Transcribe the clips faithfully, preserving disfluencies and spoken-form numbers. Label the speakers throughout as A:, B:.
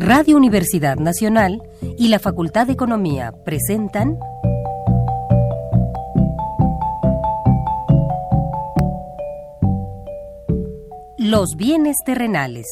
A: Radio Universidad Nacional y la Facultad de Economía presentan Los bienes terrenales.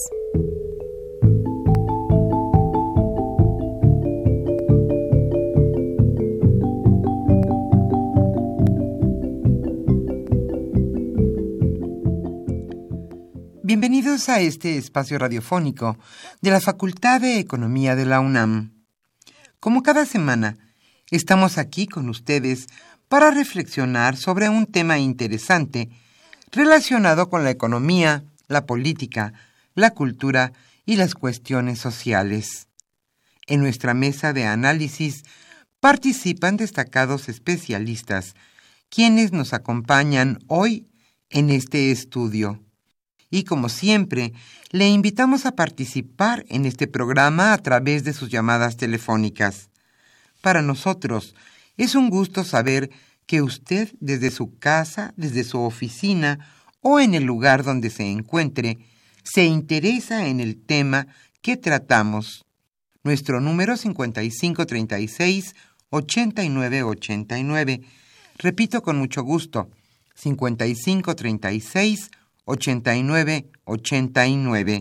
B: Bienvenidos a este espacio radiofónico de la Facultad de Economía de la UNAM. Como cada semana, estamos aquí con ustedes para reflexionar sobre un tema interesante relacionado con la economía, la política, la cultura y las cuestiones sociales. En nuestra mesa de análisis participan destacados especialistas, quienes nos acompañan hoy en este estudio. Y como siempre, le invitamos a participar en este programa a través de sus llamadas telefónicas. Para nosotros, es un gusto saber que usted, desde su casa, desde su oficina o en el lugar donde se encuentre, se interesa en el tema que tratamos. Nuestro número cincuenta y cinco treinta y seis, ochenta y nueve ochenta y nueve. Repito con mucho gusto, cincuenta y cinco treinta y seis, ochenta y nueve ochenta y nueve.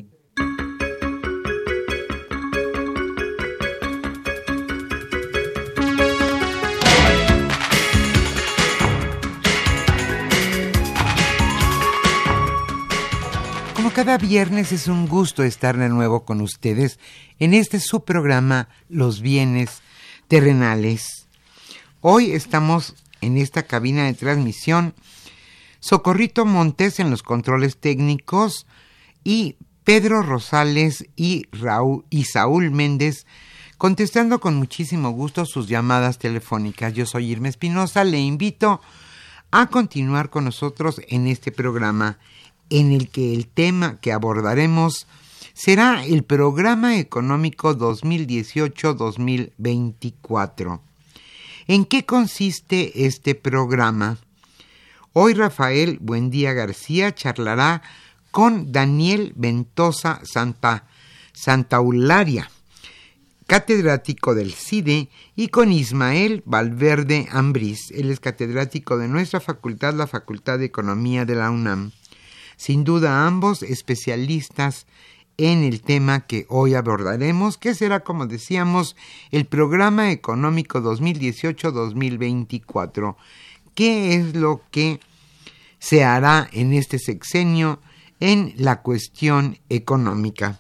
B: Como cada viernes es un gusto estar de nuevo con ustedes en este su programa Los bienes terrenales. Hoy estamos en esta cabina de transmisión Socorrito Montes en los controles técnicos y Pedro Rosales y, Raúl, y Saúl Méndez contestando con muchísimo gusto sus llamadas telefónicas. Yo soy Irma Espinosa, le invito a continuar con nosotros en este programa en el que el tema que abordaremos será el Programa Económico dos mil dieciocho dos mil veinticuatro. ¿En qué consiste este programa? Hoy Rafael Buendía García charlará con Daniel Ventosa Santa, Santaularia, catedrático del C I D E, y con Ismael Valverde Ambriz. Él es catedrático de nuestra facultad, la Facultad de Economía de la UNAM. Sin duda ambos especialistas en el tema que hoy abordaremos, que será, como decíamos, el Programa Económico dos mil dieciocho dos mil veinticuatro. ¿Qué es lo que se hará en este sexenio en la cuestión económica?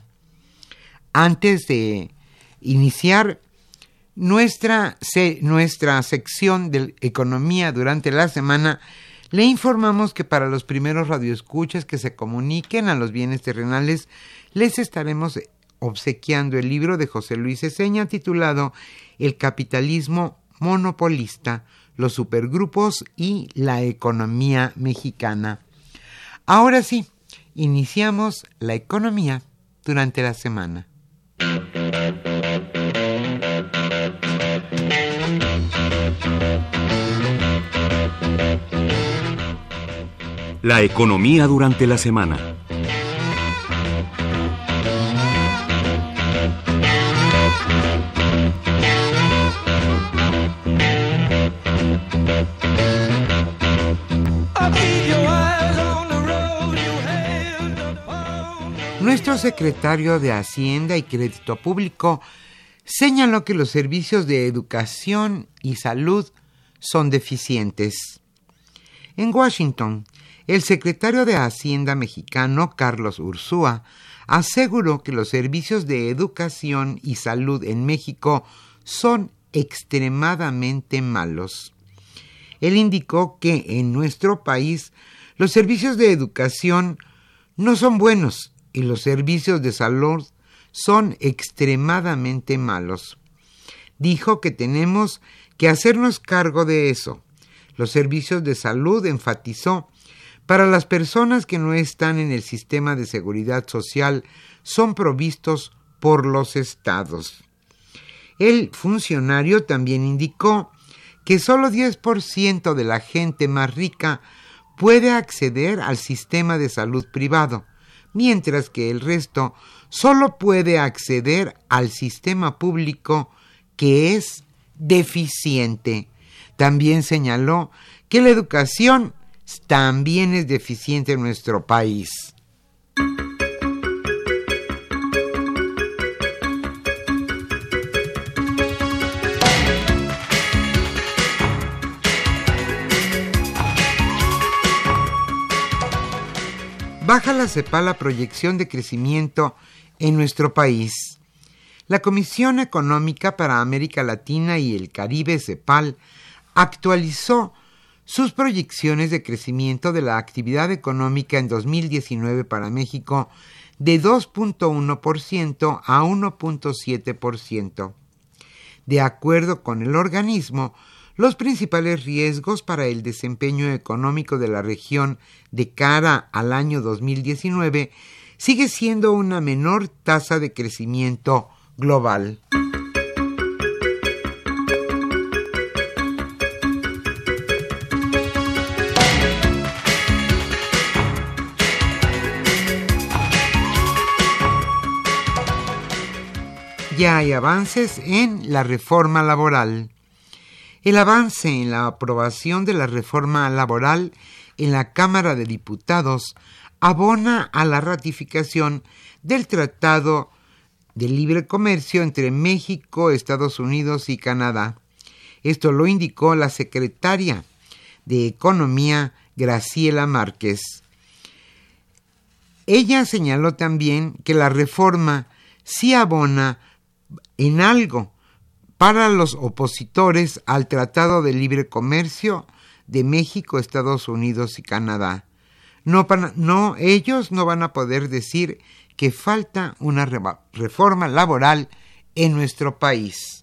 B: Antes de iniciar nuestra, se, nuestra sección de economía durante la semana, le informamos que para los primeros radioescuchas que se comuniquen a los bienes terrenales, les estaremos obsequiando el libro de José Luis Eseña titulado El capitalismo monopolista, los supergrupos y la economía mexicana. Ahora sí, iniciamos la economía durante la semana.
C: La economía durante la semana.
B: Nuestro secretario de Hacienda y Crédito Público señaló que los servicios de educación y salud son deficientes. En Washington, el secretario de Hacienda mexicano, Carlos Ursúa, aseguró que los servicios de educación y salud en México son extremadamente malos. Él indicó que en nuestro país los servicios de educación no son buenos y los servicios de salud son extremadamente malos. Dijo que tenemos que hacernos cargo de eso. Los servicios de salud, enfatizó, para las personas que no están en el sistema de seguridad social son provistos por los estados. El funcionario también indicó que solo diez por ciento de la gente más rica puede acceder al sistema de salud privado, mientras que el resto solo puede acceder al sistema público que es deficiente. También señaló que la educación también es deficiente en nuestro país. Baja la CEPAL la proyección de crecimiento en nuestro país. La Comisión Económica para América Latina y el Caribe, CEPAL, actualizó sus proyecciones de crecimiento de la actividad económica en dos mil diecinueve para México de dos punto uno por ciento a uno punto siete por ciento. De acuerdo con el organismo, los principales riesgos para el desempeño económico de la región de cara al año dos mil diecinueve sigue siendo una menor tasa de crecimiento global. Ya hay avances en la reforma laboral. El avance en la aprobación de la reforma laboral en la Cámara de Diputados abona a la ratificación del Tratado de Libre Comercio entre México, Estados Unidos y Canadá. Esto lo indicó la secretaria de Economía, Graciela Márquez. Ella señaló también que la reforma sí abona en algo para los opositores al Tratado de Libre Comercio de México, Estados Unidos y Canadá. No, no, ellos no van a poder decir que falta una re- reforma laboral en nuestro país.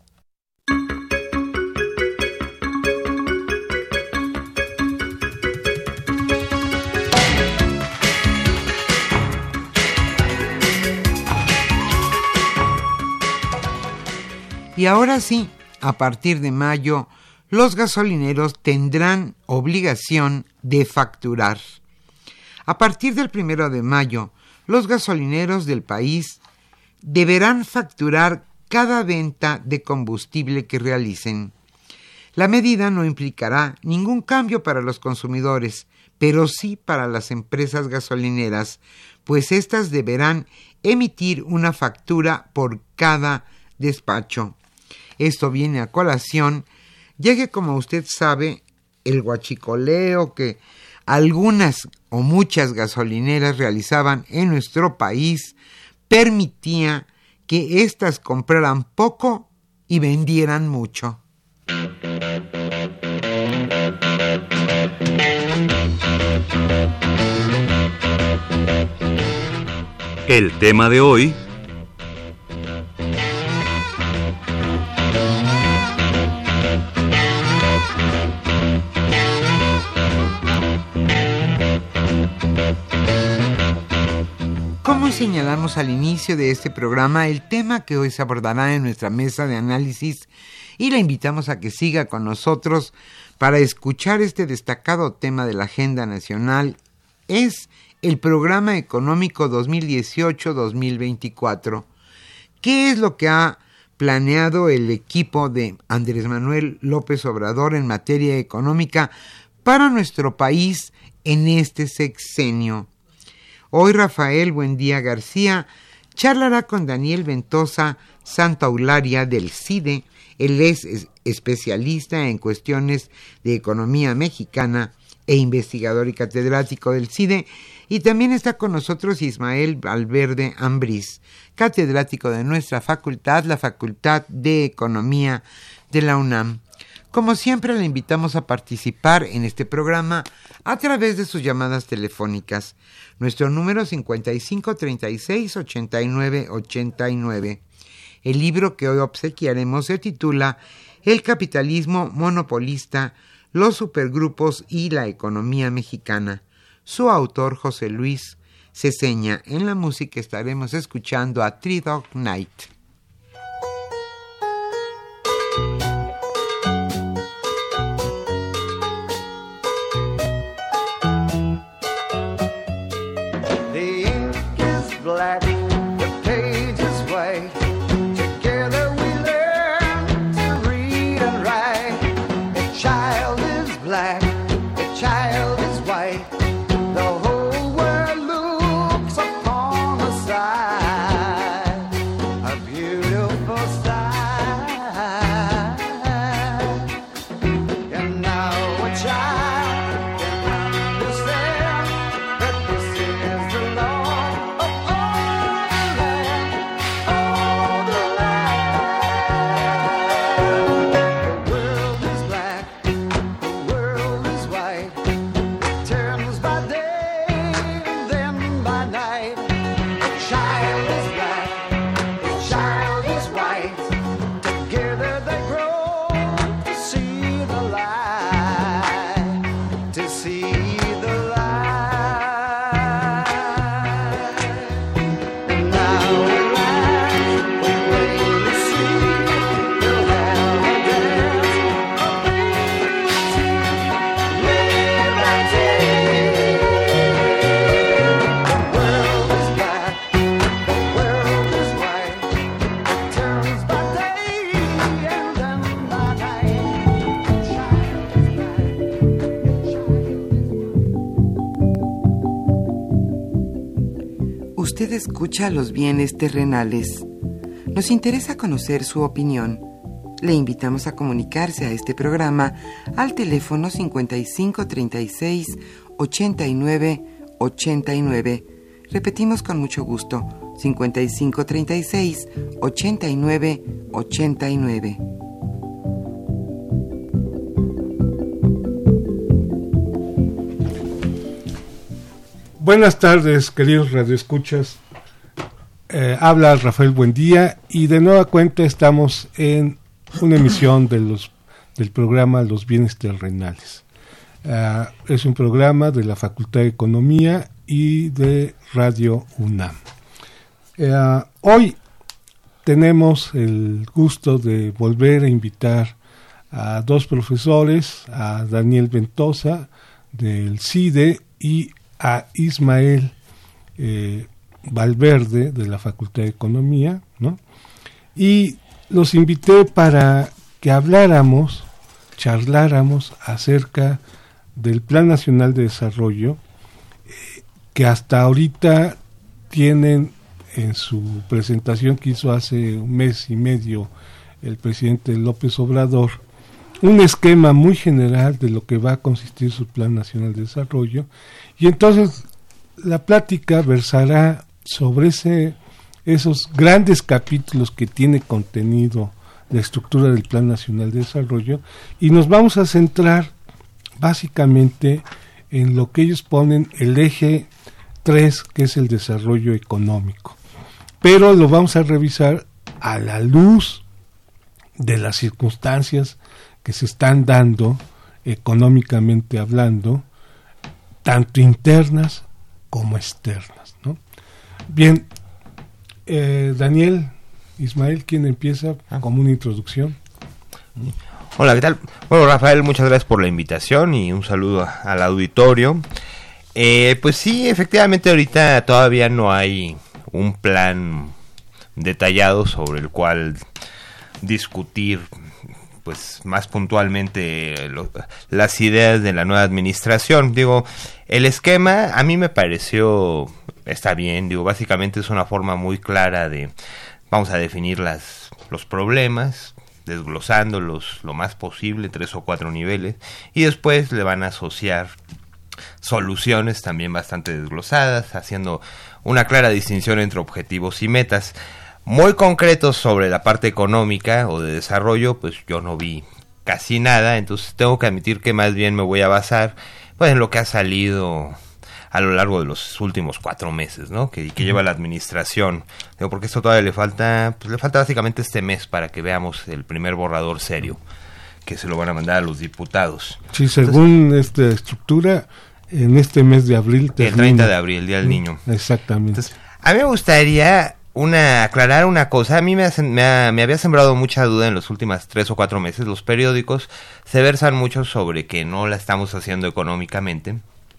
B: Y ahora sí, a partir de mayo, los gasolineros tendrán obligación de facturar. A partir del primero de mayo, los gasolineros del país deberán facturar cada venta de combustible que realicen. La medida no implicará ningún cambio para los consumidores, pero sí para las empresas gasolineras, pues éstas deberán emitir una factura por cada despacho. Esto viene a colación, ya que, como usted sabe, el huachicoleo que algunas o muchas gasolineras realizaban en nuestro país permitía que éstas compraran poco y vendieran mucho.
C: El tema de hoy:
B: Como señalamos al inicio de este programa, el tema que hoy se abordará en nuestra mesa de análisis, y la invitamos a que siga con nosotros para escuchar este destacado tema de la agenda nacional, es el Programa Económico dos mil dieciocho a dos mil veinticuatro. ¿Qué es lo que ha planeado el equipo de Andrés Manuel López Obrador en materia económica para nuestro país en este sexenio? Hoy Rafael Buendía García charlará con Daniel Ventosa Santaularia del CIDE. Él es especialista en cuestiones de economía mexicana e investigador y catedrático del CIDE. Y también está con nosotros Ismael Valverde Ambriz, catedrático de nuestra facultad, la Facultad de Economía de la UNAM. Como siempre, le invitamos a participar en este programa a través de sus llamadas telefónicas. Nuestro número cincuenta y cinco treinta y seis ochenta y nueve ochenta y nueve. El libro que hoy obsequiaremos se titula El capitalismo monopolista, los supergrupos y la economía mexicana. Su autor, José Luis Ceseña. En la música estaremos escuchando a Three Dog Night.
D: The ink
B: Usted escucha Los Bienes Terrenales. Nos interesa conocer su opinión. Le invitamos a comunicarse a este programa al teléfono cincuenta y cinco treinta y seis ochenta y nueve ochenta y nueve. Repetimos con mucho gusto, cincuenta y cinco treinta y seis ochenta y nueve ochenta y nueve.
D: Buenas tardes, queridos radioescuchas. Eh, habla Rafael Buendía y de nueva cuenta estamos en una emisión de los, del programa Los Bienes Terrenales. Uh, es un programa de la Facultad de Economía y de Radio UNAM. Uh, hoy tenemos el gusto de volver a invitar a dos profesores, a Daniel Ventosa del CIDE y a Ismael eh, Valverde de la Facultad de Economía, ¿no? Y los invité para que habláramos, charláramos acerca del Plan Nacional de Desarrollo, eh, que hasta ahorita tienen en su presentación que hizo hace un mes y medio el presidente López Obrador, un esquema muy general de lo que va a consistir su Plan Nacional de Desarrollo, y entonces la plática versará sobre ese, esos grandes capítulos que tiene contenido la estructura del Plan Nacional de Desarrollo, y nos vamos a centrar básicamente en lo que ellos ponen el eje tres, que es el desarrollo económico, pero lo vamos a revisar a la luz de las circunstancias que se están dando económicamente hablando, tanto internas como externas, ¿no? Bien, eh, Daniel, Ismael, ¿quién empieza como una introducción?
E: Hola, ¿qué tal? Bueno, Rafael, muchas gracias por la invitación y un saludo a, al auditorio. Eh, pues sí, efectivamente ahorita todavía no hay un plan detallado sobre el cual discutir pues más puntualmente lo, las ideas de la nueva administración. Digo, el esquema a mí me pareció, está bien, digo, básicamente es una forma muy clara de, vamos a definir las, los problemas, desglosándolos lo más posible, tres o cuatro niveles, y después le van a asociar soluciones también bastante desglosadas, haciendo una clara distinción entre objetivos y metas. Muy concretos sobre la parte económica o de desarrollo, pues yo no vi casi nada, entonces tengo que admitir que más bien me voy a basar pues en lo que ha salido a lo largo de los últimos cuatro meses, ¿no? Que, que lleva la administración. Digo, porque esto todavía le falta, pues le falta básicamente este mes para que veamos el primer borrador serio, que se lo van a mandar a los diputados.
D: Sí, según entonces, esta estructura, en este mes de abril termina.
E: El treinta de abril, el Día del Niño.
D: Exactamente.
E: Entonces, a mí me gustaría una aclarar una cosa. A mí me, ha, me, ha, me había sembrado mucha duda en los últimos tres o cuatro meses. Los periódicos se versan mucho sobre que no la estamos haciendo económicamente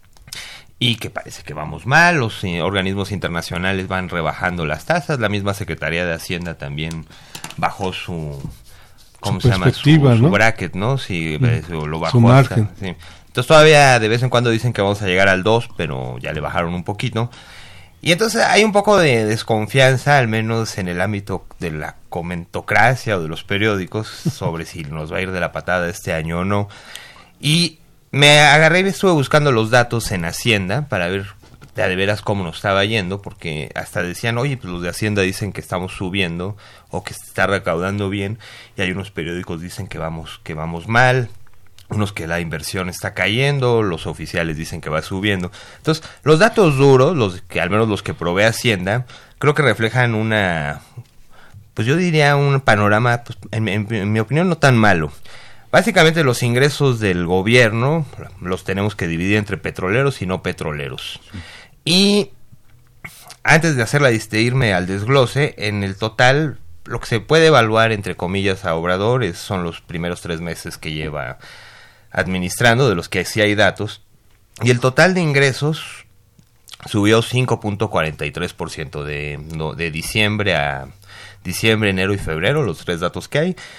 E: y que parece que vamos mal. Los eh, organismos internacionales van rebajando las tasas. La misma Secretaría de Hacienda también bajó su... ¿Cómo
D: su
E: se llama? Su,
D: ¿no?
E: su bracket, ¿no? Sí, mm, lo bajó.
D: Su margen.
E: Hasta, sí. Entonces todavía de vez en cuando dicen que vamos a llegar al dos, pero ya le bajaron un poquito. Y entonces hay un poco de desconfianza, al menos en el ámbito de la comentocracia o de los periódicos, sobre si nos va a ir de la patada este año o no. Y me agarré y estuve buscando los datos en Hacienda para ver de a de veras cómo nos estaba yendo, porque hasta decían, oye, pues los de Hacienda dicen que estamos subiendo o que se está recaudando bien, y hay unos periódicos dicen que vamos, que vamos mal, unos que la inversión está cayendo, los oficiales dicen que va subiendo. Entonces, los datos duros, los que al menos los que provee Hacienda, creo que reflejan una, pues yo diría un panorama, pues, en, en, en mi opinión, no tan malo. Básicamente los ingresos del gobierno los tenemos que dividir entre petroleros y no petroleros. Sí. Y antes de hacerla, de irme al desglose, en el total, lo que se puede evaluar, entre comillas, a Obrador es, son los primeros tres meses que lleva administrando, de los que sí hay datos, y el total de ingresos subió cinco punto cuarenta y tres por ciento de, no, de diciembre a diciembre, enero y febrero, los tres datos que hay.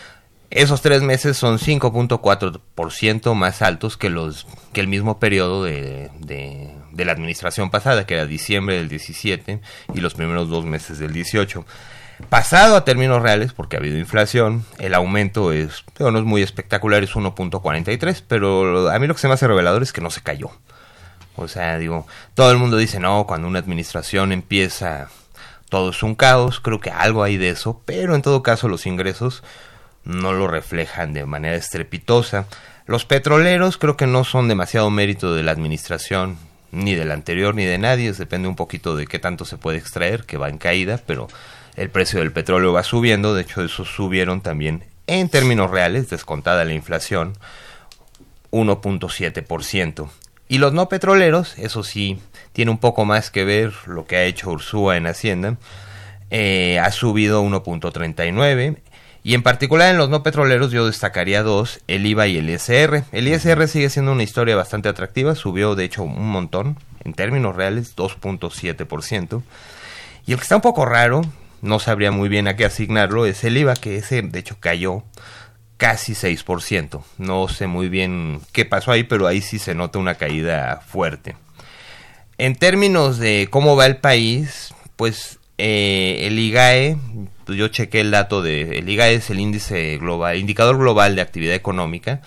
E: Esos tres meses son cinco punto cuatro por ciento más altos que los que el mismo periodo de, de, de la administración pasada, que era diciembre del diecisiete y los primeros dos meses del dieciocho. Pasado a términos reales, porque ha habido inflación, el aumento es, pero no es muy espectacular, es uno punto cuarenta y tres, pero a mí lo que se me hace revelador es que no se cayó. O sea, digo, todo el mundo dice, no, cuando una administración empieza, todo es un caos, creo que algo hay de eso, pero en todo caso los ingresos no lo reflejan de manera estrepitosa. Los petroleros creo que no son demasiado mérito de la administración, ni del anterior, ni de nadie, depende un poquito de qué tanto se puede extraer, que va en caída, pero el precio del petróleo va subiendo, de hecho esos subieron también en términos reales, descontada la inflación, uno punto siete por ciento. Y los no petroleros, eso sí, tiene un poco más que ver lo que ha hecho Ursúa en Hacienda, eh, ha subido uno punto treinta y nueve, y en particular en los no petroleros yo destacaría dos, el I V A y el I S R. El I S R sigue siendo una historia bastante atractiva, subió de hecho un montón, en términos reales, dos punto siete por ciento. Y el que está un poco raro, no sabría muy bien a qué asignarlo, es el I V A, que ese de hecho cayó casi seis por ciento. No sé muy bien qué pasó ahí, pero ahí sí se nota una caída fuerte. En términos de cómo va el país, pues eh, el I G A E, pues yo chequé el dato de, el I G A E es el índice global, indicador global de actividad económica,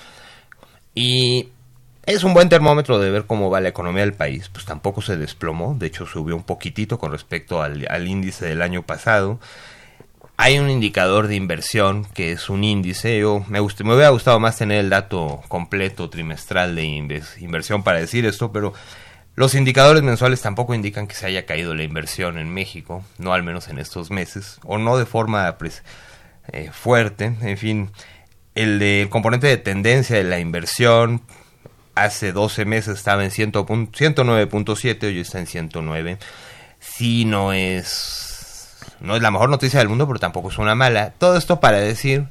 E: y es un buen termómetro de ver cómo va la economía del país. Pues tampoco se desplomó, de hecho subió un poquitito con respecto al, al índice del año pasado. Hay un indicador de inversión que es un índice, yo me, gust- me hubiera gustado más tener el dato completo trimestral de inves- inversión para decir esto, pero los indicadores mensuales tampoco indican que se haya caído la inversión en México, no al menos en estos meses, o no de forma pues, eh, fuerte. En fin, el, de, el componente de tendencia de la inversión hace doce meses estaba en ciento nueve punto siete, hoy está en ciento nueve. Sí, no es, no es la mejor noticia del mundo, pero tampoco es una mala. Todo esto para decir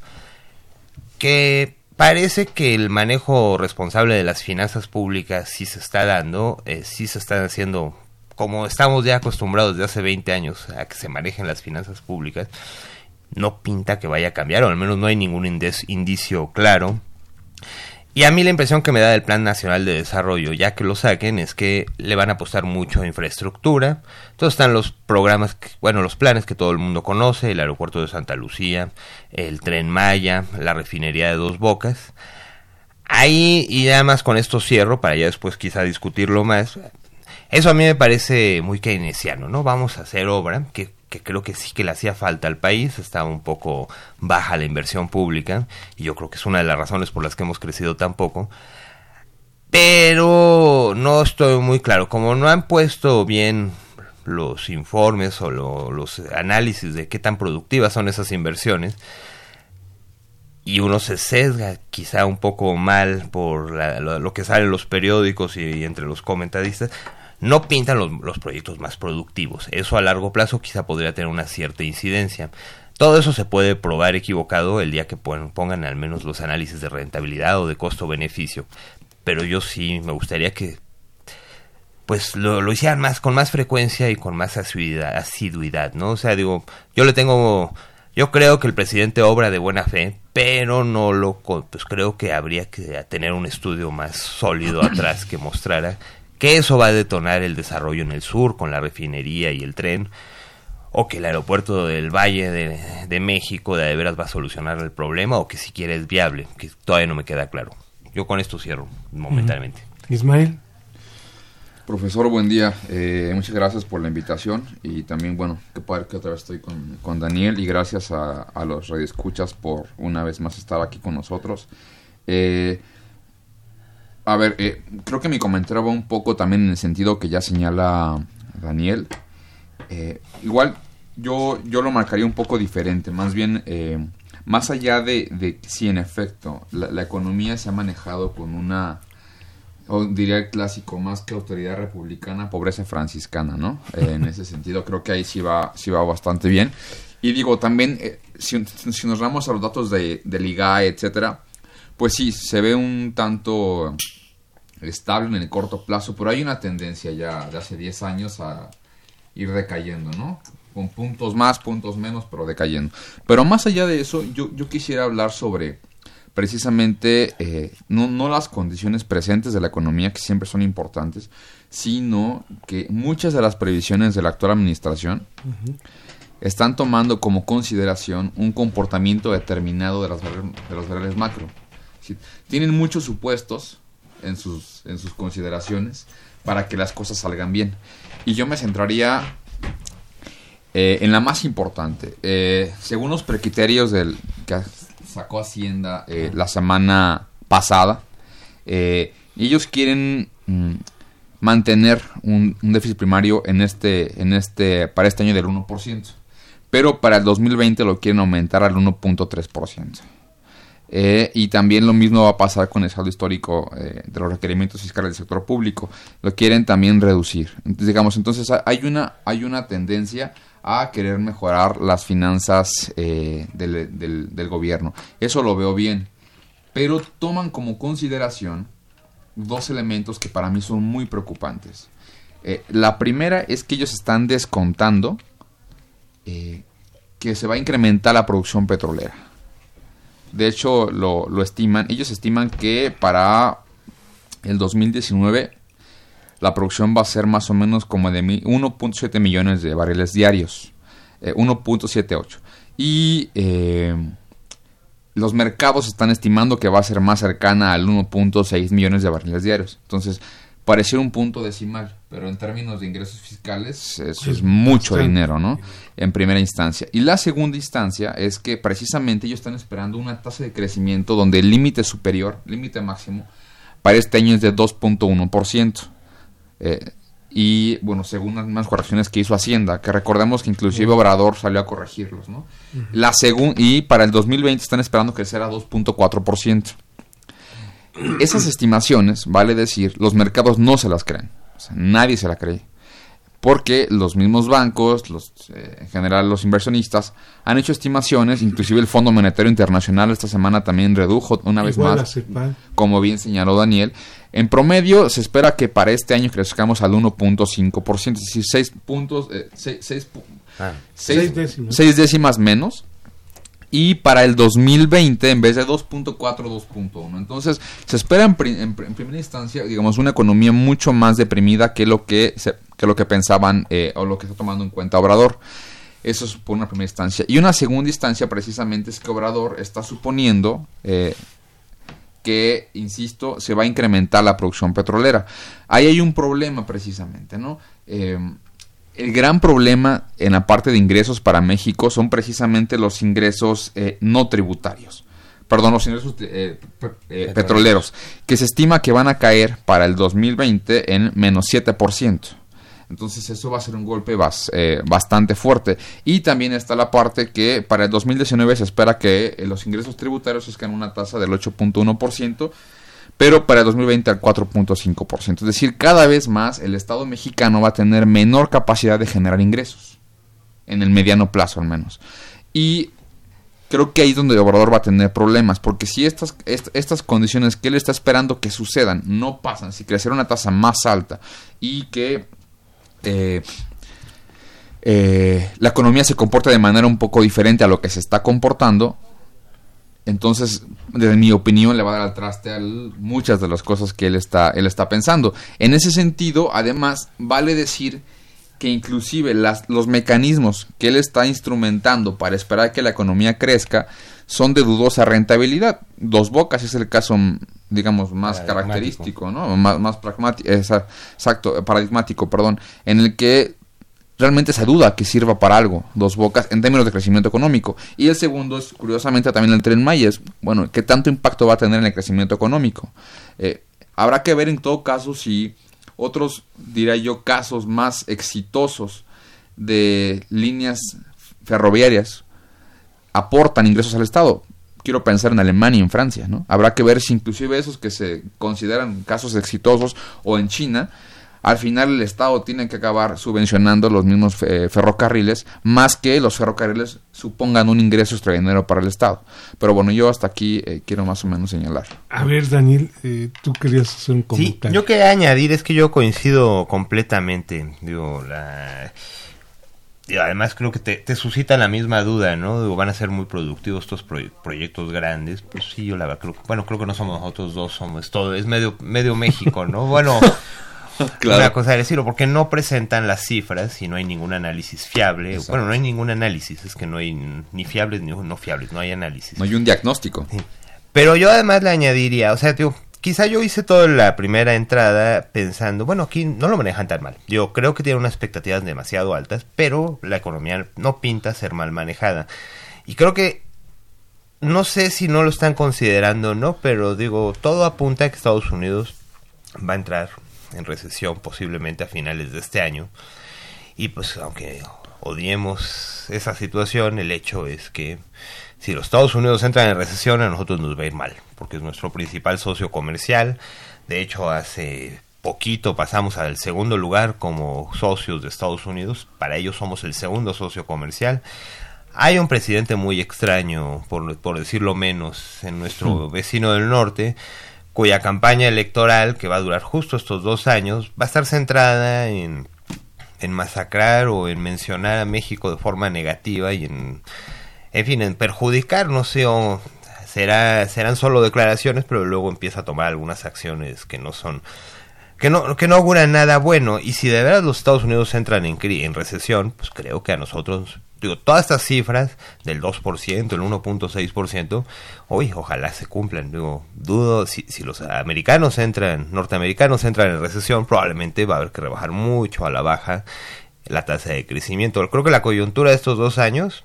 E: que parece que el manejo responsable de las finanzas públicas sí se está dando, eh, sí se están haciendo como estamos ya acostumbrados desde hace veinte años a que se manejen las finanzas públicas. No pinta que vaya a cambiar, o al menos no hay ningún indicio, indicio claro. Y a mí la impresión que me da del Plan Nacional de Desarrollo, ya que lo saquen, es que le van a apostar mucho a infraestructura. Entonces están los programas, que, bueno, los planes que todo el mundo conoce, el aeropuerto de Santa Lucía, el Tren Maya, la refinería de Dos Bocas. Ahí, y nada más con esto cierro, para ya después quizá discutirlo más. Eso a mí me parece muy keynesiano, ¿no? Vamos a hacer obra, que, que creo que sí que le hacía falta al país, estaba un poco baja la inversión pública, y yo creo que es una de las razones por las que hemos crecido tan poco. Pero no estoy muy claro, como no han puesto bien los informes o lo, los análisis de qué tan productivas son esas inversiones, y uno se sesga quizá un poco mal por la, lo, lo que sale en los periódicos y, y entre los comentaristas, no pintan los, los proyectos más productivos. Eso a largo plazo quizá podría tener una cierta incidencia. Todo eso se puede probar equivocado el día que pongan al menos los análisis de rentabilidad o de costo-beneficio. Pero yo sí me gustaría que pues lo, lo hicieran más, con más frecuencia y con más asiduidad, asiduidad, ¿no? O sea, digo, yo le tengo... Yo creo que el presidente obra de buena fe, pero no lo... Pues creo que habría que tener un estudio más sólido atrás que mostrara que eso va a detonar el desarrollo en el sur con la refinería y el tren, o que el aeropuerto del Valle de, de México de, de veras va a solucionar el problema, o que siquiera es viable, que todavía no me queda claro. Yo con esto cierro momentáneamente.
D: Uh-huh. Ismael.
F: Profesor, buen día. Eh, muchas gracias por la invitación, y también, bueno, qué padre que otra vez estoy con, con Daniel, y gracias a, a los radioescuchas por una vez más estar aquí con nosotros. Eh... A ver, eh, creo que mi comentario va un poco también en el sentido que ya señala Daniel. Eh, igual yo, yo lo marcaría un poco diferente, más bien, eh, más allá de, de sí, en efecto, la, la economía se ha manejado con una, o diría el clásico, más que autoridad republicana, pobreza franciscana, ¿no? Eh, en ese sentido creo que ahí sí va, sí va bastante bien. Y digo, también, eh, si, si nos vamos a los datos de, del I G A E, etcétera, pues sí, se ve un tanto estable en el corto plazo, pero hay una tendencia ya de hace diez años a ir decayendo, ¿no? con puntos más, puntos menos, pero decayendo. Pero más allá de eso, yo, yo quisiera hablar sobre precisamente eh, no, no las condiciones presentes de la economía, que siempre son importantes, sino que muchas de las previsiones de la actual administración uh-huh. están tomando como consideración un comportamiento determinado de las variables, de las variables macro. ¿Sí? Tienen muchos supuestos en sus, en sus consideraciones para que las cosas salgan bien. Y yo me centraría eh, en la más importante. Eh, según los precriterios del que sacó Hacienda eh, la semana pasada, eh, ellos quieren mm, mantener un, un déficit primario en este, en este, para este año del uno por ciento. Pero para el dos mil veinte lo quieren aumentar al uno punto tres por ciento. Eh, y también lo mismo va a pasar con el saldo histórico eh, de los requerimientos fiscales del sector público. Lo quieren también reducir. Entonces, digamos, entonces hay una, hay una tendencia a querer mejorar las finanzas eh, del, del, del gobierno. Eso lo veo bien. Pero toman como consideración dos elementos que para mí son muy preocupantes. Eh, la primera es que ellos están descontando eh, que se va a incrementar la producción petrolera. De hecho, lo, lo estiman, ellos estiman que para el dos mil diecinueve la producción va a ser más o menos como de uno punto siete millones de barriles diarios, eh, uno punto setenta y ocho. Y eh, los mercados están estimando que va a ser más cercana al uno punto seis millones de barriles diarios. Entonces, pareciera un punto decimal, pero en términos de ingresos fiscales eso es mucho dinero, ¿no? En primera instancia. Y la segunda instancia es que precisamente ellos están esperando una tasa de crecimiento donde el límite superior, límite máximo, para este año es de dos punto uno por ciento. Eh, y bueno, según las mismas correcciones que hizo Hacienda, que recordemos que inclusive Obrador salió a corregirlos, ¿no? Uh-huh. La segun- y para el dos mil veinte están esperando crecer a dos punto cuatro por ciento. Esas estimaciones, vale decir, los mercados no se las creen. O sea, nadie se la cree. Porque los mismos bancos, los, eh, en general los inversionistas, han hecho estimaciones, inclusive el Fondo Monetario Internacional esta semana también redujo una vez
D: Igual
F: más, como bien señaló Daniel. En promedio se espera que para este año crezcamos al uno punto cinco por ciento, es decir, seis puntos, eh, seis, seis,
D: ah,
F: seis,
D: seis, décimas.
F: seis décimas menos. Y para el dos mil veinte, en vez de dos punto cuatro, dos punto uno. Entonces, se espera en, pri- en, en primera instancia, digamos, una economía mucho más deprimida que lo que, se, que, lo que pensaban eh, o lo que está tomando en cuenta Obrador. Eso es por una primera instancia. Y una segunda instancia, precisamente, es que Obrador está suponiendo eh, que, insisto, se va a incrementar la producción petrolera. Ahí hay un problema, precisamente, ¿no? Eh... El gran problema en la parte de ingresos para México son precisamente los ingresos eh, no tributarios. Perdón, los ingresos eh, pe- eh, petroleros, que se estima que van a caer para el dos mil veinte en menos siete por ciento. Entonces eso va a ser un golpe bas, eh, bastante fuerte. Y también está la parte que para el dos mil diecinueve se espera que eh, los ingresos tributarios crezcan una tasa del ocho punto uno por ciento. Pero para el dos mil veinte al cuatro punto cinco por ciento. Es decir, cada vez más el Estado mexicano va a tener menor capacidad de generar ingresos. En el mediano plazo, al menos. Y creo que ahí es donde Obrador va a tener problemas. Porque si estas, est- estas condiciones que él está esperando que sucedan no pasan, si creciera una tasa más alta y que eh, eh, la economía se comporta de manera un poco diferente a lo que se está comportando, entonces, desde mi opinión, le va a dar al traste a muchas de las cosas que él está, él está pensando. En ese sentido, además, vale decir que inclusive las, los mecanismos que él está instrumentando para esperar que la economía crezca son de dudosa rentabilidad. Dos Bocas es el caso, digamos, más característico, ¿no? Más, más pragmático, exacto, paradigmático, perdón, en el que realmente se duda que sirva para algo, Dos Bocas, en términos de crecimiento económico. Y el segundo es, curiosamente, también el Tren Maya. Bueno, ¿qué tanto impacto va a tener en el crecimiento económico? Eh, habrá que ver en todo caso si otros, diría yo, casos más exitosos de líneas ferroviarias aportan ingresos al Estado. Quiero pensar en Alemania y en Francia, ¿no? Habrá que ver si inclusive esos que se consideran casos exitosos, o en China, al final el Estado tiene que acabar subvencionando los mismos eh, ferrocarriles, más que los ferrocarriles supongan un ingreso extraordinario para el Estado. Pero bueno, yo hasta aquí eh, quiero más o menos señalar.
D: A ver, Daniel, eh, tú querías hacer un comentario.
E: Sí, yo quería añadir, es que yo coincido completamente. Digo, la... y además creo que te, te suscita la misma duda, ¿no? Digo, van a ser muy productivos estos proy- proyectos grandes. Pues sí, yo la verdad creo, bueno, creo que no somos nosotros dos, somos todo, es medio medio México, ¿no? Bueno, claro. Una cosa de decirlo, porque no presentan las cifras y no hay ningún análisis fiable. Exacto. Bueno, no hay ningún análisis, es que no hay ni fiables ni no fiables, no hay análisis.
F: No hay un diagnóstico.
E: Sí. Pero yo además le añadiría, o sea, digo, quizá yo hice toda la primera entrada pensando, bueno, aquí no lo manejan tan mal. Yo creo que tienen unas expectativas demasiado altas, pero la economía no pinta ser mal manejada. Y creo que, no sé si no lo están considerando o no, pero digo, todo apunta a que Estados Unidos va a entrar en recesión posiblemente a finales de este año. Y pues, aunque odiemos esa situación, el hecho es que si los Estados Unidos entran en recesión, a nosotros nos va a ir mal, porque es nuestro principal socio comercial. De hecho, hace poquito pasamos al segundo lugar como socios de Estados Unidos. Para ellos somos el segundo socio comercial. Hay un presidente muy extraño, por, por decirlo menos, en nuestro vecino del norte, cuya campaña electoral, que va a durar justo estos dos años, va a estar centrada en, en masacrar o en mencionar a México de forma negativa y en... En fin, en perjudicar, no sé, o será, serán solo declaraciones, pero luego empieza a tomar algunas acciones que no son, que no, que no auguran nada bueno. Y si de verdad los Estados Unidos entran en, cri- en recesión, pues creo que a nosotros, digo, todas estas cifras del dos por ciento, el uno punto seis por ciento, uy, ojalá se cumplan. Digo, dudo, si, si los americanos entran, norteamericanos entran en recesión, probablemente va a haber que rebajar mucho a la baja la tasa de crecimiento. Creo que la coyuntura de estos dos años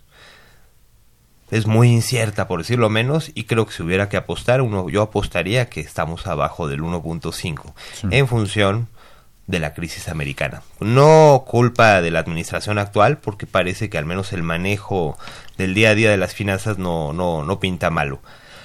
E: es muy incierta, por decirlo menos, y creo que si hubiera que apostar, uno, yo apostaría que estamos abajo del uno punto cinco, sí, en función de la crisis americana. No culpa de la administración actual, porque parece que al menos el manejo del día a día de las finanzas no, no, no pinta malo.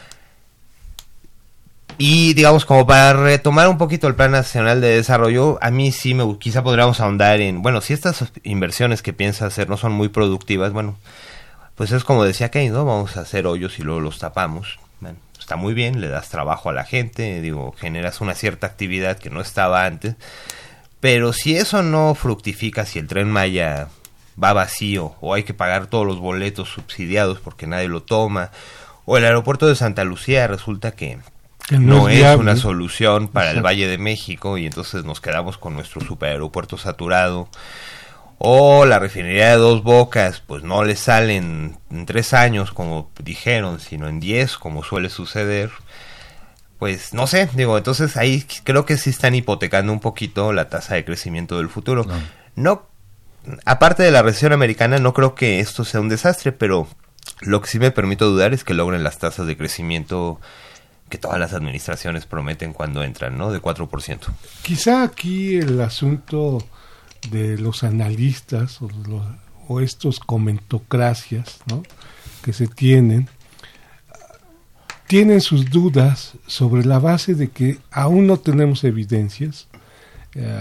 E: Y digamos, como para retomar un poquito el Plan Nacional de Desarrollo, a mí sí me quizá podríamos ahondar en, bueno, si estas inversiones que piensa hacer no son muy productivas, bueno, pues es como decía Keynes, ¿no? Vamos a hacer hoyos y luego los tapamos. Bueno, está muy bien, le das trabajo a la gente, digo, generas una cierta actividad que no estaba antes, pero si eso no fructifica, si el Tren Maya va vacío, o hay que pagar todos los boletos subsidiados porque nadie lo toma, o el aeropuerto de Santa Lucía resulta que, que no, no es, es una solución para Exacto. el Valle de México, y entonces nos quedamos con nuestro superaeropuerto saturado, o la refinería de Dos Bocas, pues no le salen en tres años como dijeron, sino en diez, como suele suceder. Pues no sé, digo, entonces ahí creo que sí están hipotecando un poquito la tasa de crecimiento del futuro. No, no aparte de la recesión americana, no creo que esto sea un desastre, pero lo que sí me permito dudar es que logren las tasas de crecimiento que todas las administraciones prometen cuando entran, ¿no? De cuatro por ciento.
D: Quizá aquí el asunto de los analistas o, los, o estos comentocracias, ¿no?, que se tienen, tienen sus dudas sobre la base de que aún no tenemos evidencias eh,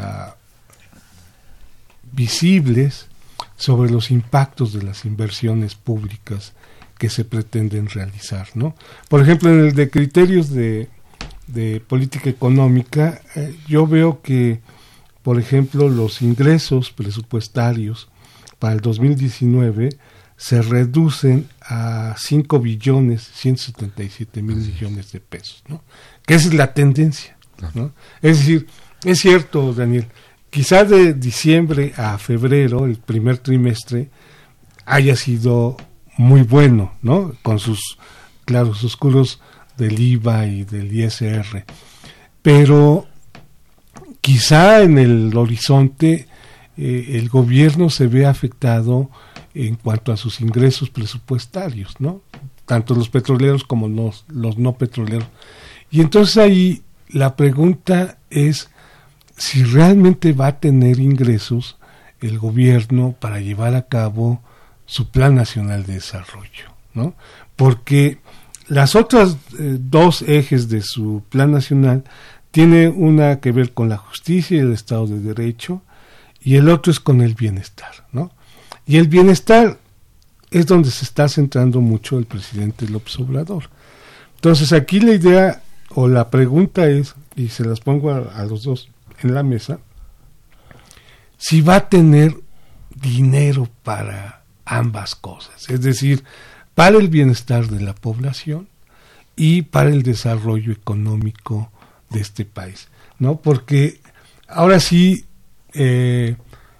D: visibles sobre los impactos de las inversiones públicas que se pretenden realizar, ¿no? Por ejemplo, en el de criterios de, de política económica, eh, yo veo que, por ejemplo, los ingresos presupuestarios para el dos mil diecinueve se reducen a cinco billones ciento setenta y siete mil millones de pesos, ¿no? Que esa es la tendencia, ¿no? Es decir, es cierto, Daniel, quizá de diciembre a febrero, el primer trimestre, haya sido muy bueno, ¿no?, con sus claros oscuros del I V A y del I S R, pero quizá en el horizonte eh, el gobierno se ve afectado en cuanto a sus ingresos presupuestarios, ¿no?, tanto los petroleros como los, los no petroleros. Y entonces ahí la pregunta es si realmente va a tener ingresos el gobierno para llevar a cabo su Plan Nacional de Desarrollo, ¿no? Porque las otras eh, dos ejes de su Plan Nacional tiene una que ver con la justicia y el Estado de Derecho, y el otro es con el bienestar, ¿no? Y el bienestar es donde se está centrando mucho el presidente López Obrador. Entonces aquí la idea o la pregunta es, y se las pongo a, a los dos en la mesa, si va a tener dinero para ambas cosas, es decir, para el bienestar de la población y para el desarrollo económico de este país, ¿no? Porque ahora sí, eh,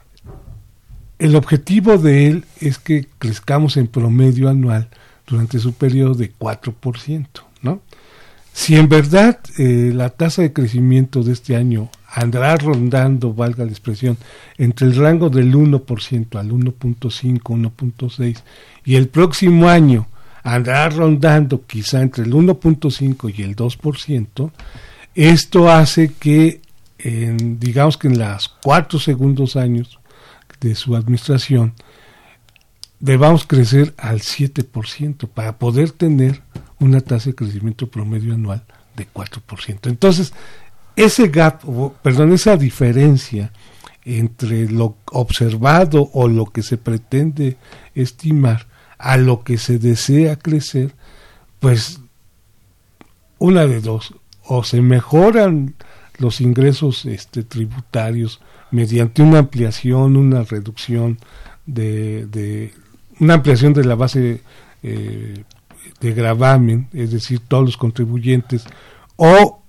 D: el objetivo de él es que crezcamos en promedio anual durante su periodo de cuatro por ciento, ¿no? Si en verdad eh, la tasa de crecimiento de este año andará rondando, valga la expresión, entre el rango del uno por ciento al uno punto cinco, uno punto seis, y el próximo año andará rondando quizá entre el uno punto cinco y el dos por ciento, esto hace que, en, digamos que en los cuatro segundos años de su administración, debamos crecer al siete por ciento para poder tener una tasa de crecimiento promedio anual de cuatro por ciento. Entonces, ese gap, o, perdón, esa diferencia entre lo observado o lo que se pretende estimar a lo que se desea crecer, pues una de dos, o se mejoran los ingresos este, tributarios mediante una ampliación, una reducción de, de una ampliación de la base eh, de gravamen, es decir, todos los contribuyentes, o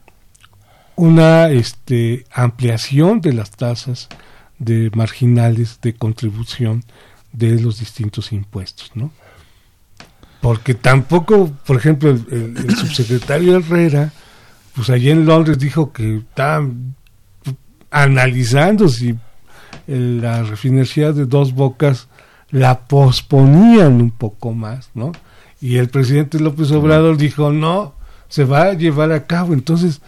D: una este, ampliación de las tasas de marginales de contribución de los distintos impuestos, ¿no? Porque tampoco, por ejemplo, el, el, el subsecretario Herrera, pues allí en Londres dijo que estaban analizando si el, la refinería de Dos Bocas la posponían un poco más, ¿no? Y el presidente López Obrador dijo, no, se va a llevar a cabo. Entonces,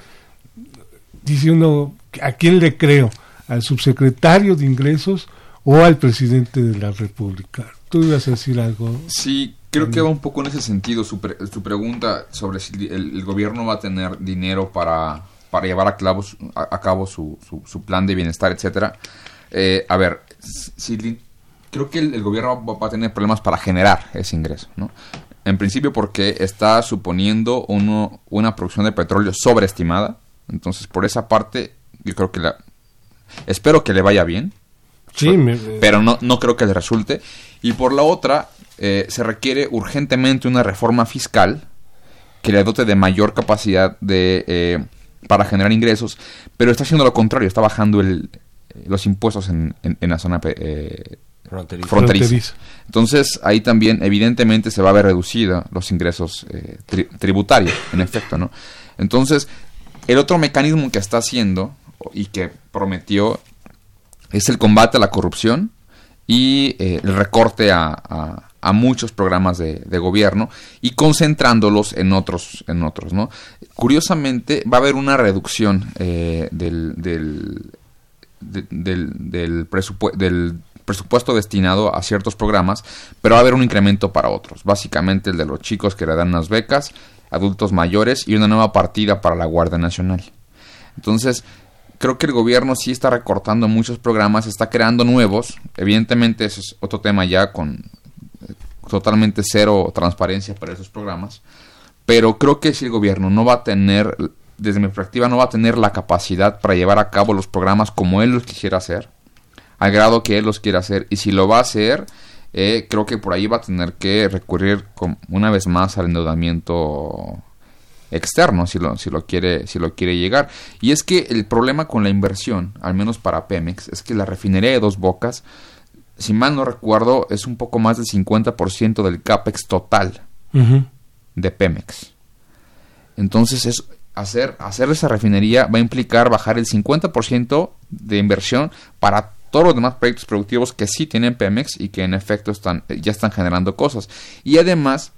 D: dice uno, ¿a quién le creo? ¿Al subsecretario de Ingresos o al presidente de la República? ¿Tú ibas a decir algo?
F: Sí, creo que va un poco en ese sentido su, pre- su pregunta sobre si el, el gobierno va a tener dinero para, para llevar a, clavos, a, a cabo su, su, su plan de bienestar, etcétera. Eh, a ver, si, creo que el, el gobierno va, va a tener problemas para generar ese ingreso, ¿no? En principio porque está suponiendo uno, una producción de petróleo sobreestimada. Entonces, por esa parte, yo creo que la... espero que le vaya bien.
D: Sí,
F: pero,
D: me...
F: pero no, no creo que le resulte. Y por la otra, eh, se requiere urgentemente una reforma fiscal que le dote de mayor capacidad de eh, para generar ingresos, pero está haciendo lo contrario, está bajando el, los impuestos en, en, en la zona eh, fronteriza. fronteriza. Entonces, ahí también, evidentemente, se va a ver reducida los ingresos eh, tri- tributarios, en efecto, ¿no? Entonces, el otro mecanismo que está haciendo y que prometió es el combate a la corrupción y eh, el recorte a, a, a muchos programas de, de gobierno y concentrándolos en otros, en otros, ¿no? Curiosamente, va a haber una reducción eh, del, del, de, del, del, presupu- del presupuesto destinado a ciertos programas, pero va a haber un incremento para otros. Básicamente el de los chicos que le dan unas becas, adultos mayores y una nueva partida para la Guardia Nacional. Entonces, creo que el gobierno sí está recortando muchos programas, está creando nuevos. Evidentemente, ese es otro tema ya con eh, totalmente cero transparencia para esos programas. Pero creo que si el gobierno no va a tener, desde mi perspectiva, no va a tener la capacidad para llevar a cabo los programas como él los quisiera hacer, al grado que él los quiera hacer. Y si lo va a hacer, eh, creo que por ahí va a tener que recurrir con, una vez más al endeudamiento externo, si lo, si lo quiere, si lo quiere llegar. Y es que el problema con la inversión, al menos para Pemex, es que la refinería de Dos Bocas, si mal no recuerdo, es un poco más del cincuenta por ciento del CAPEX total uh-huh. de Pemex. Entonces, es hacer, hacer esa refinería va a implicar bajar el cincuenta por ciento de inversión para todos los demás proyectos productivos que sí tienen Pemex y que en efecto están, ya están generando cosas. Y además,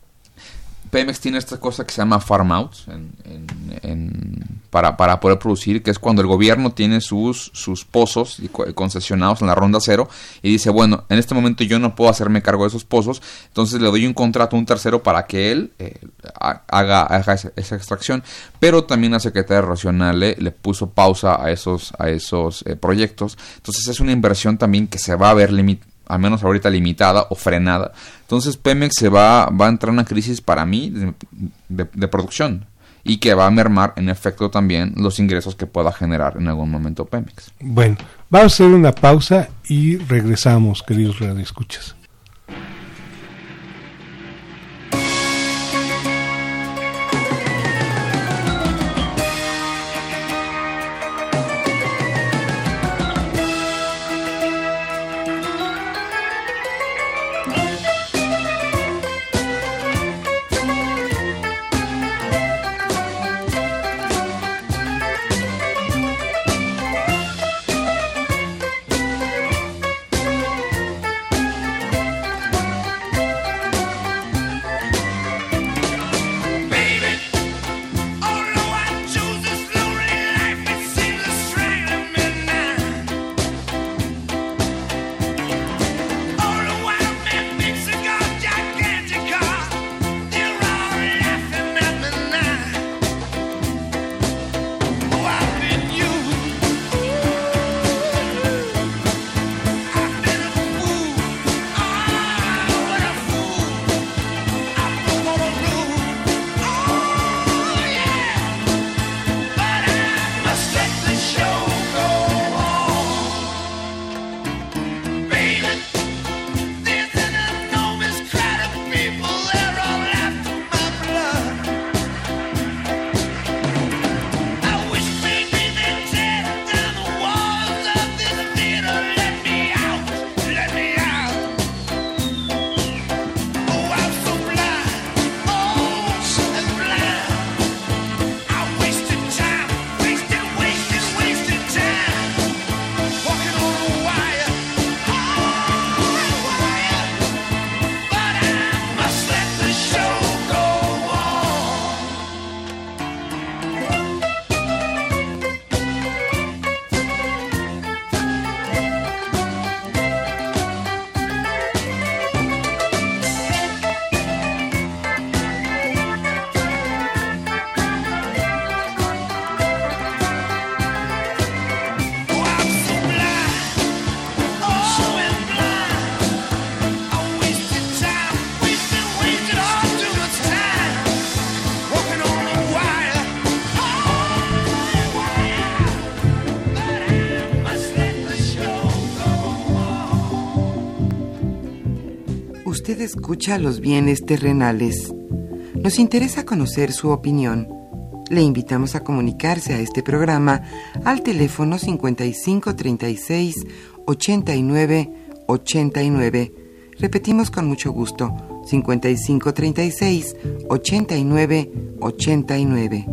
F: Pemex tiene esta cosa que se llama farm outs en, en, en, para, para poder producir, que es cuando el gobierno tiene sus, sus pozos y concesionados en la ronda cero y dice, bueno, en este momento yo no puedo hacerme cargo de esos pozos, entonces le doy un contrato a un tercero para que él eh, haga, haga esa, esa extracción, pero también la Secretaría Nacional le, le puso pausa a esos, a esos eh, proyectos. Entonces es una inversión también que se va a ver limitada, al menos ahorita limitada o frenada. Entonces Pemex se va, va a entrar en una crisis para mí de, de, de producción. y que va a mermar en efecto también los ingresos que pueda generar en algún momento Pemex.
D: Bueno, vamos a hacer una pausa y regresamos, queridos radioescuchas.
B: Usted escucha Los Bienes Terrenales. Nos interesa conocer su opinión. Le invitamos a comunicarse a este programa al teléfono cincuenta y cinco treinta y seis ochenta y nueve ochenta y nueve. Repetimos con mucho gusto, cincuenta y cinco treinta y seis ochenta y nueve ochenta y nueve.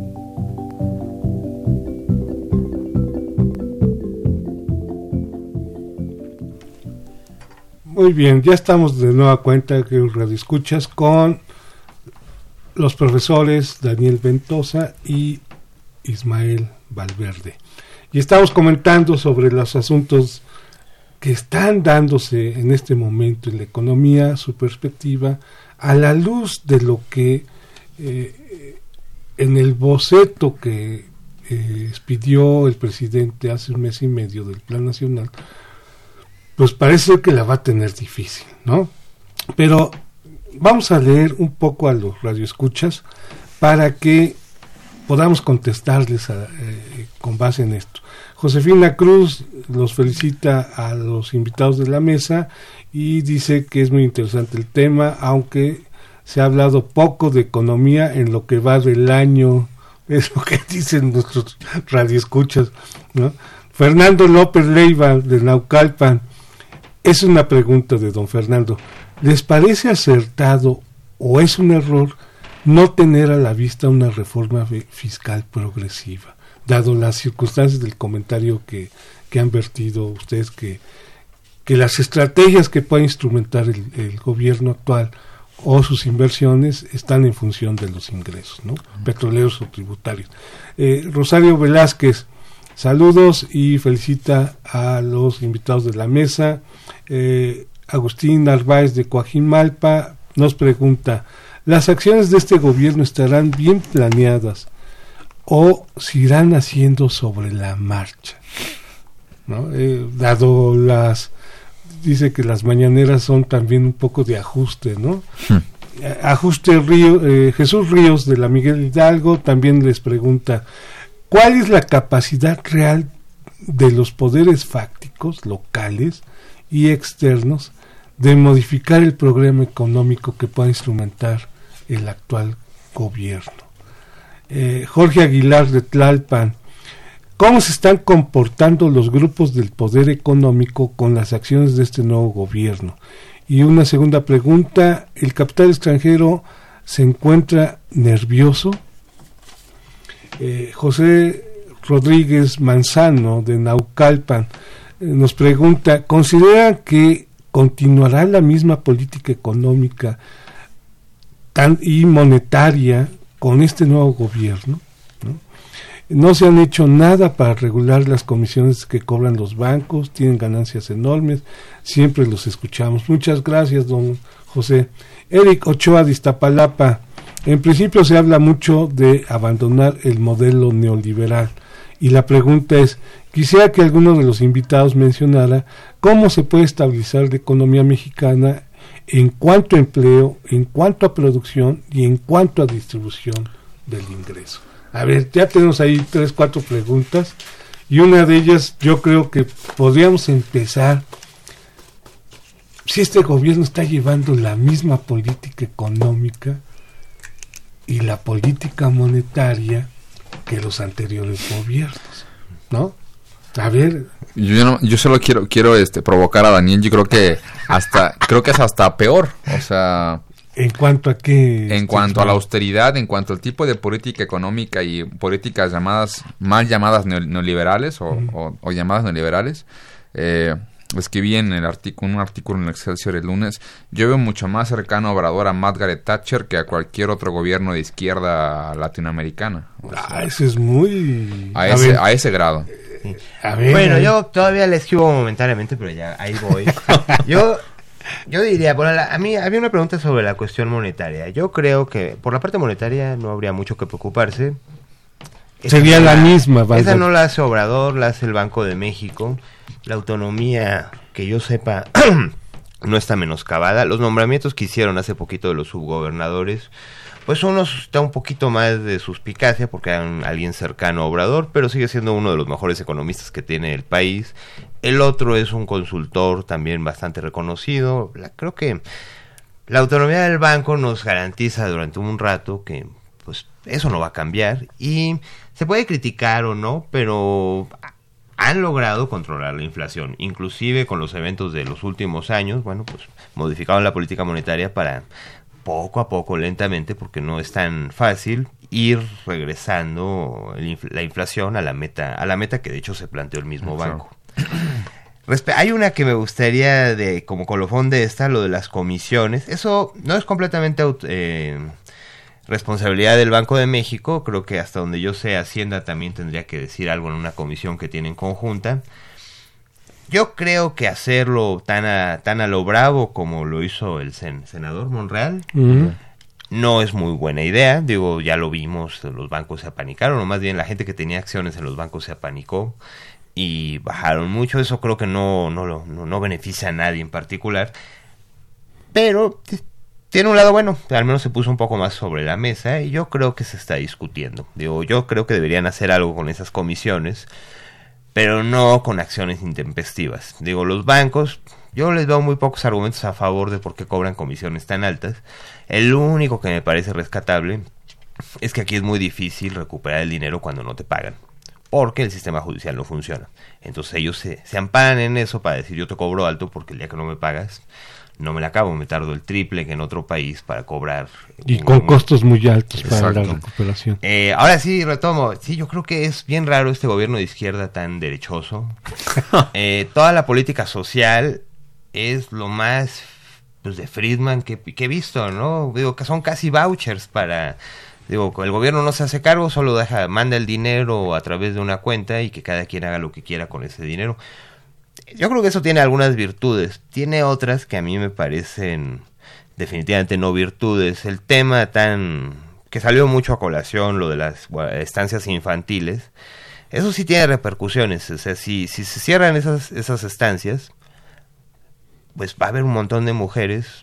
D: Muy bien, ya estamos de nueva cuenta, que Radio Escuchas, con los profesores Daniel Ventosa y Ismael Valverde. Y estamos comentando sobre los asuntos que están dándose en este momento en la economía, su perspectiva, a la luz de lo que eh, en el boceto que eh, expidió el presidente hace un mes y medio del Plan Nacional, pues parece que la va a tener difícil, ¿no? Pero vamos a leer un poco a los radioescuchas para que podamos contestarles a, eh, con base en esto. Josefina Cruz los felicita a los invitados de la mesa y dice que es muy interesante el tema, aunque se ha hablado poco de economía en lo que va del año, es lo que dicen nuestros radioescuchas, ¿no? Fernando López Leiva de Naucalpan. Es una pregunta de don Fernando. ¿Les parece acertado o es un error no tener a la vista una reforma fiscal progresiva, dado las circunstancias del comentario que, que han vertido ustedes, que, que las estrategias que puede instrumentar el, el gobierno actual o sus inversiones están en función de los ingresos, ¿no? Petroleros o tributarios? Eh, Rosario Velázquez, saludos y felicita a los invitados de la mesa. Eh, Agustín Narváez de Coajimalpa nos pregunta: ¿las acciones de este gobierno estarán bien planeadas o se irán haciendo sobre la marcha? ¿No? Eh, dado las... dice que las mañaneras son también un poco de ajuste, ¿no? Hmm. Ajuste Río, eh, Jesús Ríos de la Miguel Hidalgo también les pregunta, ¿cuál es la capacidad real de los poderes fácticos locales y externos de modificar el programa económico que pueda instrumentar el actual gobierno? Eh, Jorge Aguilar de Tlalpan, ¿cómo se están comportando los grupos del poder económico con las acciones de este nuevo gobierno? Y una segunda pregunta, ¿el capital extranjero se encuentra nervioso? Eh, José Rodríguez Manzano de Naucalpan eh, nos pregunta, ¿consideran que continuará la misma política económica tan, y monetaria con este nuevo gobierno? ¿No? No se han hecho nada para regular las comisiones que cobran los bancos, tienen ganancias enormes, siempre los escuchamos. Muchas gracias, don José. Eric Ochoa de Iztapalapa, en principio se habla mucho de abandonar el modelo neoliberal, y la pregunta es, quisiera que alguno de los invitados mencionara cómo se puede estabilizar la economía mexicana en cuanto a empleo, en cuanto a producción y en cuanto a distribución del ingreso. A ver, ya tenemos ahí tres, cuatro preguntas, y una de ellas yo creo que podríamos empezar, si este gobierno está llevando la misma política económica y la política monetaria que los anteriores gobiernos, ¿no? A ver,
F: yo no, yo solo quiero quiero este provocar a Daniel. Yo creo que hasta creo que es hasta peor, o sea,
D: ¿en cuanto a qué?
F: En cuanto a la austeridad, en cuanto al tipo de política económica y políticas llamadas, mal llamadas neoliberales o, uh-huh. o, o llamadas neoliberales, eh, escribí en el artículo, un artículo en el Excelsior el lunes, yo veo mucho más cercano a Obrador a Margaret Thatcher que a cualquier otro gobierno de izquierda latinoamericana. O sea,
D: ah, eso es muy...
F: A, a, ese, a ese grado.
E: A ver, bueno, yo todavía le escribo momentáneamente, pero ya ahí voy. Yo... Yo diría, bueno, la, a mí había una pregunta sobre la cuestión monetaria. Yo creo que por la parte monetaria no habría mucho que preocuparse. Esa
D: Sería
E: no
D: la,
E: la
D: misma. Valga.
E: Esa no la hace Obrador, la hace el Banco de México. La autonomía, que yo sepa, no está menoscabada. Los nombramientos que hicieron hace poquito de los subgobernadores, pues uno está un poquito más de suspicacia porque era alguien cercano a Obrador, pero sigue siendo uno de los mejores economistas que tiene el país. El otro es un consultor también bastante reconocido. La, creo que la autonomía del banco nos garantiza durante un rato que pues eso no va a cambiar, y se puede criticar o no, pero han logrado controlar la inflación, inclusive con los eventos de los últimos años. Bueno, pues modificaron la política monetaria para poco a poco, lentamente, porque no es tan fácil ir regresando la inflación a la meta, a la meta que de hecho se planteó el mismo banco. Respe- hay una que me gustaría, de como colofón de esta, lo de las comisiones. Eso no es completamente auto, eh, responsabilidad del Banco de México. Creo que hasta donde yo sé, Hacienda también tendría que decir algo en una comisión que tienen conjunta. Yo creo que hacerlo tan a, tan a lo bravo como lo hizo el sen- senador Monreal uh-huh. no es muy buena idea. Digo, ya lo vimos, los bancos se apanicaron, o más bien la gente que tenía acciones en los bancos se apanicó y bajaron mucho. Eso creo que no, no, no, no beneficia a nadie en particular, pero t- tiene un lado bueno. Al menos se puso un poco más sobre la mesa y yo creo que se está discutiendo. Digo, yo creo que deberían hacer algo con esas comisiones, pero no con acciones intempestivas. Digo, los bancos, yo les veo muy pocos argumentos a favor de por qué cobran comisiones tan altas. El único que me parece rescatable es que aquí es muy difícil recuperar el dinero cuando no te pagan, porque el sistema judicial no funciona. Entonces ellos se, se amparan en eso para decir, yo te cobro alto porque el día que no me pagas, no me la acabo, me tardo el triple que en otro país para cobrar.
D: Y
E: un,
D: con
E: un,
D: costos muy altos
E: exacto.
D: para la recuperación.
E: Eh, ahora sí, retomo. Sí, yo creo que es bien raro este gobierno de izquierda tan derechoso. eh, toda la política social es lo más pues de Friedman que, que he visto, ¿no? Digo, que son casi vouchers para... Digo, el gobierno no se hace cargo, solo deja, manda el dinero a través de una cuenta y que cada quien haga lo que quiera con ese dinero. Yo creo que eso tiene algunas virtudes. Tiene otras que a mí me parecen definitivamente no virtudes. El tema tan que salió mucho a colación, lo de las bueno, estancias infantiles, eso sí tiene repercusiones. O sea, si, si se cierran esas, esas estancias, pues va a haber un montón de mujeres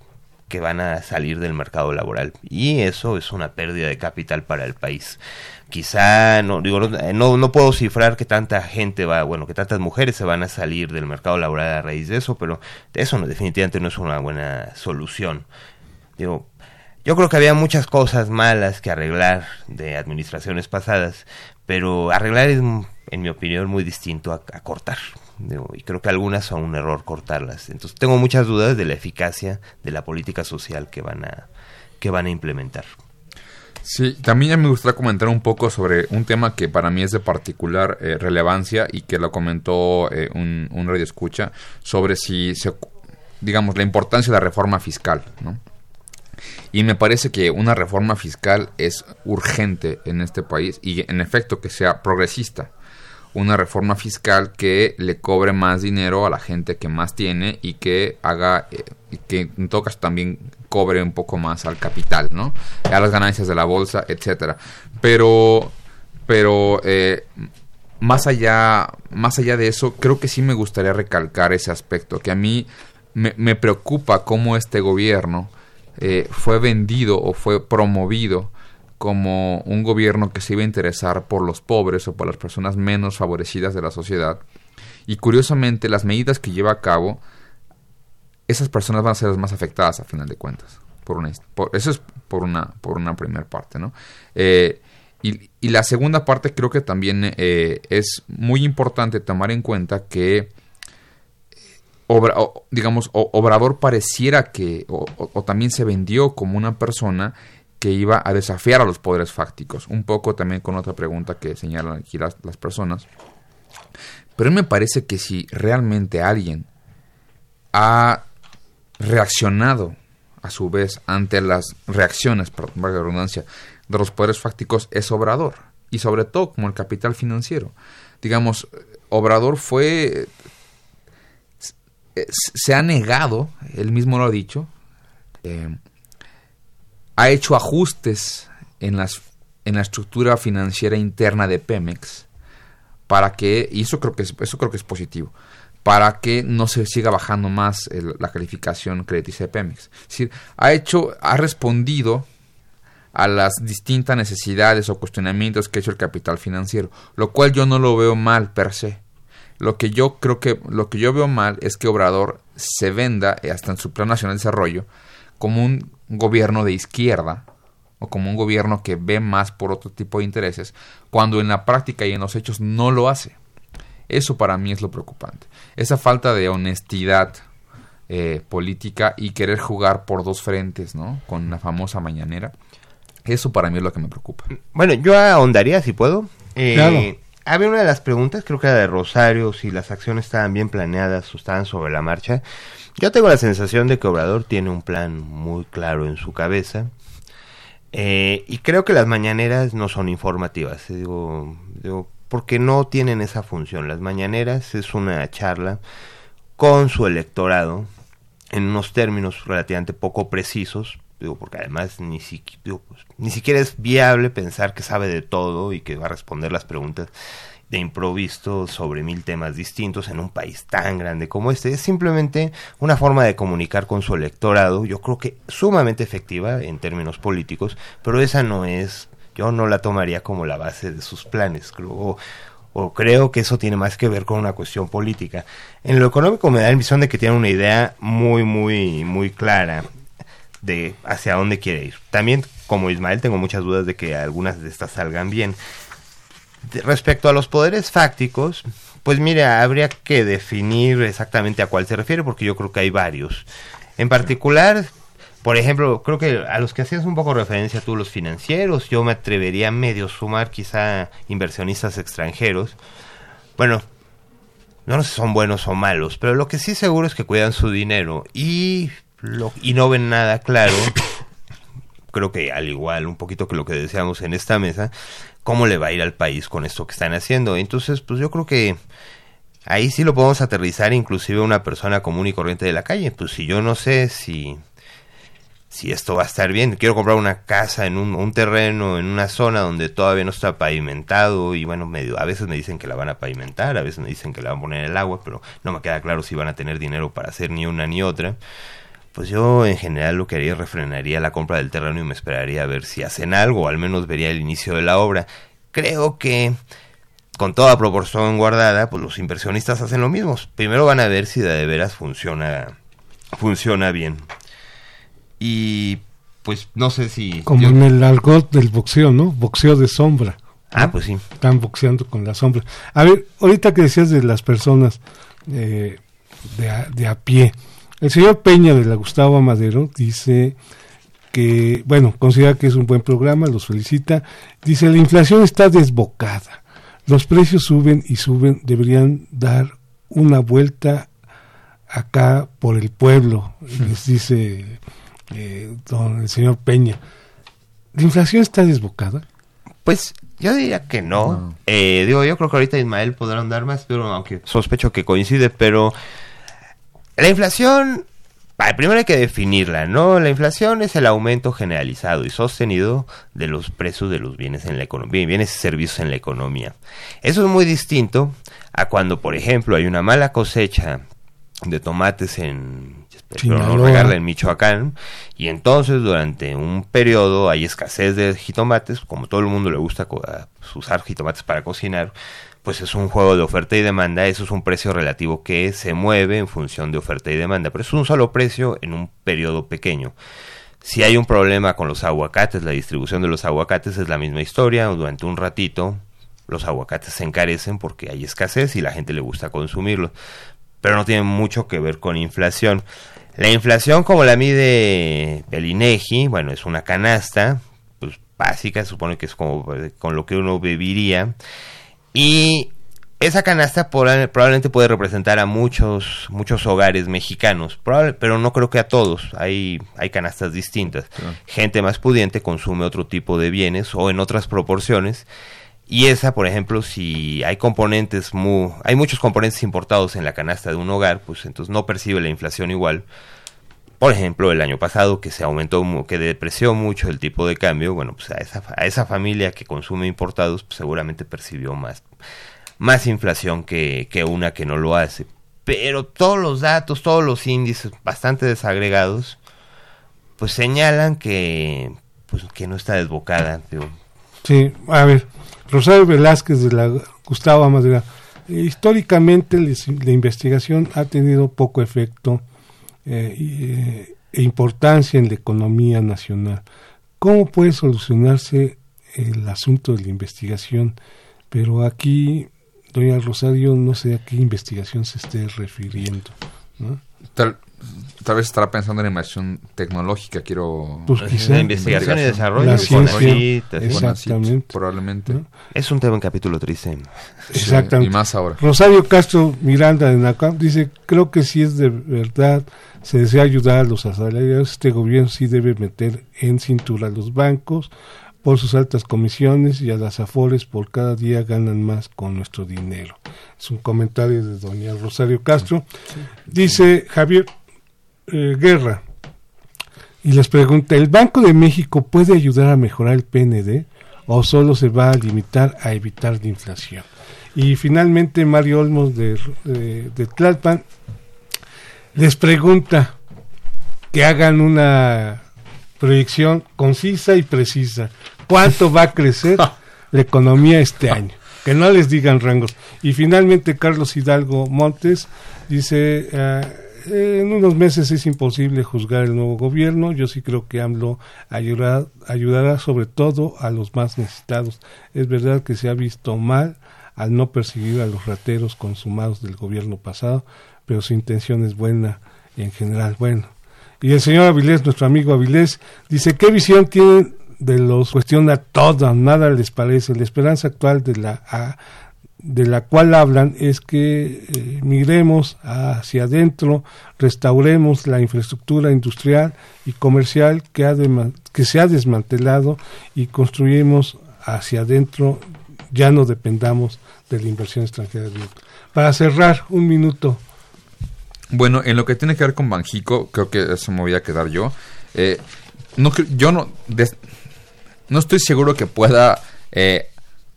E: que van a salir del mercado laboral, y eso es una pérdida de capital para el país. Quizá, no digo, no, no puedo cifrar que tanta gente va, bueno, que tantas mujeres se van a salir del mercado laboral a raíz de eso, pero eso no, definitivamente no es una buena solución. Digo, yo creo que había muchas cosas malas que arreglar de administraciones pasadas, pero arreglar es, en mi opinión, muy distinto a, a cortar. Digo, y creo que algunas son un error cortarlas. Entonces tengo muchas dudas de la eficacia de la política social que van a, que van a implementar.
F: Sí, también me gustaría comentar un poco sobre un tema que para mí es de particular eh, relevancia y que lo comentó eh, un, un radioescucha sobre si, se, digamos, la importancia de la reforma fiscal, ¿no? Y me parece que una reforma fiscal es urgente en este país y en efecto que sea progresista. Una reforma fiscal que le cobre más dinero a la gente que más tiene y que haga, eh, y que en todo caso también cobre un poco más al capital, ¿no? A las ganancias de la bolsa, etcétera. Pero, pero eh, más allá, más allá de eso, creo que sí me gustaría recalcar ese aspecto, que a mí me, me preocupa cómo este gobierno eh, fue vendido o fue promovido como un gobierno que se iba a interesar por los pobres o por las personas menos favorecidas de la sociedad. Y curiosamente, las medidas que lleva a cabo, esas personas van a ser las más afectadas a final de cuentas. Por una, por, eso es por una, por una primera parte, ¿no? Eh, y, y la segunda parte creo que también eh, es muy importante tomar en cuenta que Obra, o, digamos, o, Obrador pareciera que, o, o, o también se vendió como una persona que iba a desafiar a los poderes fácticos, un poco también con otra pregunta que señalan aquí las, las personas. Pero me parece que si realmente alguien ha reaccionado a su vez ante las reacciones, por la redundancia, de los poderes fácticos, es Obrador, y sobre todo como el capital financiero. Digamos, Obrador fue... se ha negado, él mismo lo ha dicho, eh, ha hecho ajustes en, las, en la estructura financiera interna de Pemex para que, y eso creo que es, eso creo que es positivo, para que no se siga bajando más el, la calificación crediticia de Pemex. Es decir, ha hecho, ha respondido a las distintas necesidades o cuestionamientos que ha hecho el capital financiero, lo cual yo no lo veo mal per se. Lo que yo creo que, lo que yo veo mal es que Obrador se venda, hasta en su Plan Nacional de Desarrollo, como un gobierno de izquierda, o como un gobierno que ve más por otro tipo de intereses, cuando en la práctica y en los hechos no lo hace. Eso para mí es lo preocupante. Esa falta de honestidad eh, política y querer jugar por dos frentes, ¿no? Con la famosa mañanera. Eso para mí es lo que me preocupa.
E: Bueno, yo ahondaría, si puedo. Eh,
D: claro.
E: Había una de las preguntas, creo que era de Rosario, si las acciones estaban bien planeadas o estaban sobre la marcha. Yo tengo la sensación de que Obrador tiene un plan muy claro en su cabeza. Eh, y creo que las mañaneras no son informativas. Eh, digo, digo, porque no tienen esa función. Las mañaneras es una charla con su electorado en unos términos relativamente poco precisos. Digo, porque además ni, si, digo, pues, ni siquiera es viable pensar que sabe de todo y que va a responder las preguntas de improviso sobre mil temas distintos en un país tan grande como este. Es simplemente una forma de comunicar con su electorado, yo creo que sumamente efectiva en términos políticos, pero esa no es, yo no la tomaría como la base de sus planes, creo, o, o creo que eso tiene más que ver con una cuestión política. En lo económico me da la impresión de que tiene una idea muy, muy, muy clara de hacia dónde quiere ir. También, como Ismael, tengo muchas dudas de que algunas de estas salgan bien. De, respecto a los poderes fácticos, pues mira, habría que definir exactamente a cuál se refiere, porque yo creo que hay varios. En particular, por ejemplo, creo que a los que hacías un poco referencia tú, los financieros, yo me atrevería a medio sumar quizá inversionistas extranjeros. Bueno, no sé si son buenos o malos, pero lo que sí seguro es que cuidan su dinero y... Lo, y no ven nada claro, creo que al igual un poquito que lo que decíamos en esta mesa, cómo le va a ir al país con esto que están haciendo. Entonces, pues yo creo que ahí sí lo podemos aterrizar inclusive a una persona común y corriente de la calle. Pues si yo no sé si si esto va a estar bien, quiero comprar una casa en un, un terreno, en una zona donde todavía no está pavimentado, y bueno, medio, a veces me dicen que la van a pavimentar, a veces me dicen que la van a poner en el agua, pero no me queda claro si van a tener dinero para hacer ni una ni otra. pues yo en general lo que haría es refrenaría la compra del terreno y me esperaría a ver si hacen algo, o al menos vería el inicio de la obra. Creo que, con toda proporción guardada, pues los inversionistas hacen lo mismo. Primero van a ver si de veras funciona, funciona bien. Y pues no sé si...
D: Como
E: yo...
D: en el argot del boxeo, ¿no? Boxeo de sombra.
E: Ah, pues sí.
D: Están boxeando con la sombra. A ver, ahorita que decías de las personas eh, de, a, de a pie, el señor Peña de la Gustavo Amadero dice que, bueno, considera que es un buen programa, los felicita. Dice, la inflación está desbocada, los precios suben y suben, deberían dar una vuelta acá por el pueblo, les dice eh, don el señor Peña. ¿La inflación está desbocada?
E: Pues yo diría que no. no. Eh, digo, yo creo que ahorita Ismael podrá andar más, pero aunque sospecho que coincide, pero la inflación, primero hay que definirla, ¿no? La inflación es el aumento generalizado y sostenido de los precios de los bienes en la economía, bienes y servicios en la economía. Eso es muy distinto a cuando, por ejemplo, hay una mala cosecha de tomates en, espero no regarla, en Michoacán, y entonces durante un periodo hay escasez de jitomates, como todo el mundo le gusta co- usar jitomates para cocinar, pues es un juego de oferta y demanda. Eso es un precio relativo que se mueve en función de oferta y demanda, pero es un solo precio en un periodo pequeño. Si hay un problema con los aguacates, la distribución de los aguacates es la misma historia. Durante un ratito los aguacates se encarecen porque hay escasez y la gente le gusta consumirlos, pero no tiene mucho que ver con inflación. La inflación, como la mide el INEGI, bueno, es una canasta pues básica, se supone que es como con lo que uno viviría, y esa canasta probablemente puede representar a muchos muchos hogares mexicanos, probable, pero no creo que a todos. Hay hay canastas distintas. Sí. Gente más pudiente consume otro tipo de bienes o en otras proporciones. Y esa, por ejemplo, si hay componentes, muy, hay muchos componentes importados en la canasta de un hogar, pues entonces no percibe la inflación igual. Por ejemplo, el año pasado que se aumentó, que depreció mucho el tipo de cambio, bueno, pues a esa, a esa familia que consume importados, pues seguramente percibió más, más inflación que, que una que no lo hace. Pero todos los datos, todos los índices bastante desagregados, pues señalan que, pues que no está desbocada, digo.
D: Sí, a ver, Rosario Velázquez de la Gustavo Amadero. Históricamente les, la investigación ha tenido poco efecto eh, eh, e importancia en la economía nacional. ¿Cómo puede solucionarse el asunto de la investigación? Pero aquí, doña Rosario, no sé a qué investigación se esté refiriendo, ¿no?
F: Tal, tal vez estará pensando en inversión tecnológica, quiero...
E: Pues quizá. Investigación y desarrollo.
D: La ciencia,
F: exactamente. Probablemente.
E: ¿No? Es un tema en capítulo triste.
D: Exactamente.
F: Sí, y más ahora.
D: Rosario Castro Miranda de Nacam dice, creo que si es de verdad, se desea ayudar a los asalariados, este gobierno sí debe meter en cintura a los bancos por sus altas comisiones y a las afores por cada día ganan más con nuestro dinero. Es un comentario de doña Rosario Castro. Sí. Dice Javier eh, Guerra y les pregunta, ¿el Banco de México puede ayudar a mejorar el P N D o solo se va a limitar a evitar la inflación? Y finalmente Mario Olmos de, de, de Tlalpan les pregunta que hagan una proyección concisa y precisa. ¿Cuánto va a crecer la economía este año? Que no les digan rangos. Y finalmente Carlos Hidalgo Montes dice, uh, en unos meses es imposible juzgar el nuevo gobierno. Yo sí creo que AMLO ayudará, ayudará sobre todo a los más necesitados. Es verdad que se ha visto mal al no perseguir a los rateros consumados del gobierno pasado, pero su intención es buena en general. Bueno, y el señor Avilés, nuestro amigo Avilés, dice, ¿qué visión tienen de los cuestiona todo, nada les parece? La esperanza actual de la a, de la cual hablan es que eh, migremos hacia adentro, restauremos la infraestructura industrial y comercial que, ha de, que se ha desmantelado y construyamos hacia adentro, ya no dependamos de la inversión extranjera. Para cerrar, un minuto.
F: Bueno, en lo que tiene que ver con Banjico, creo que eso me voy a quedar yo. Eh, no, yo no, des, no estoy seguro que pueda eh,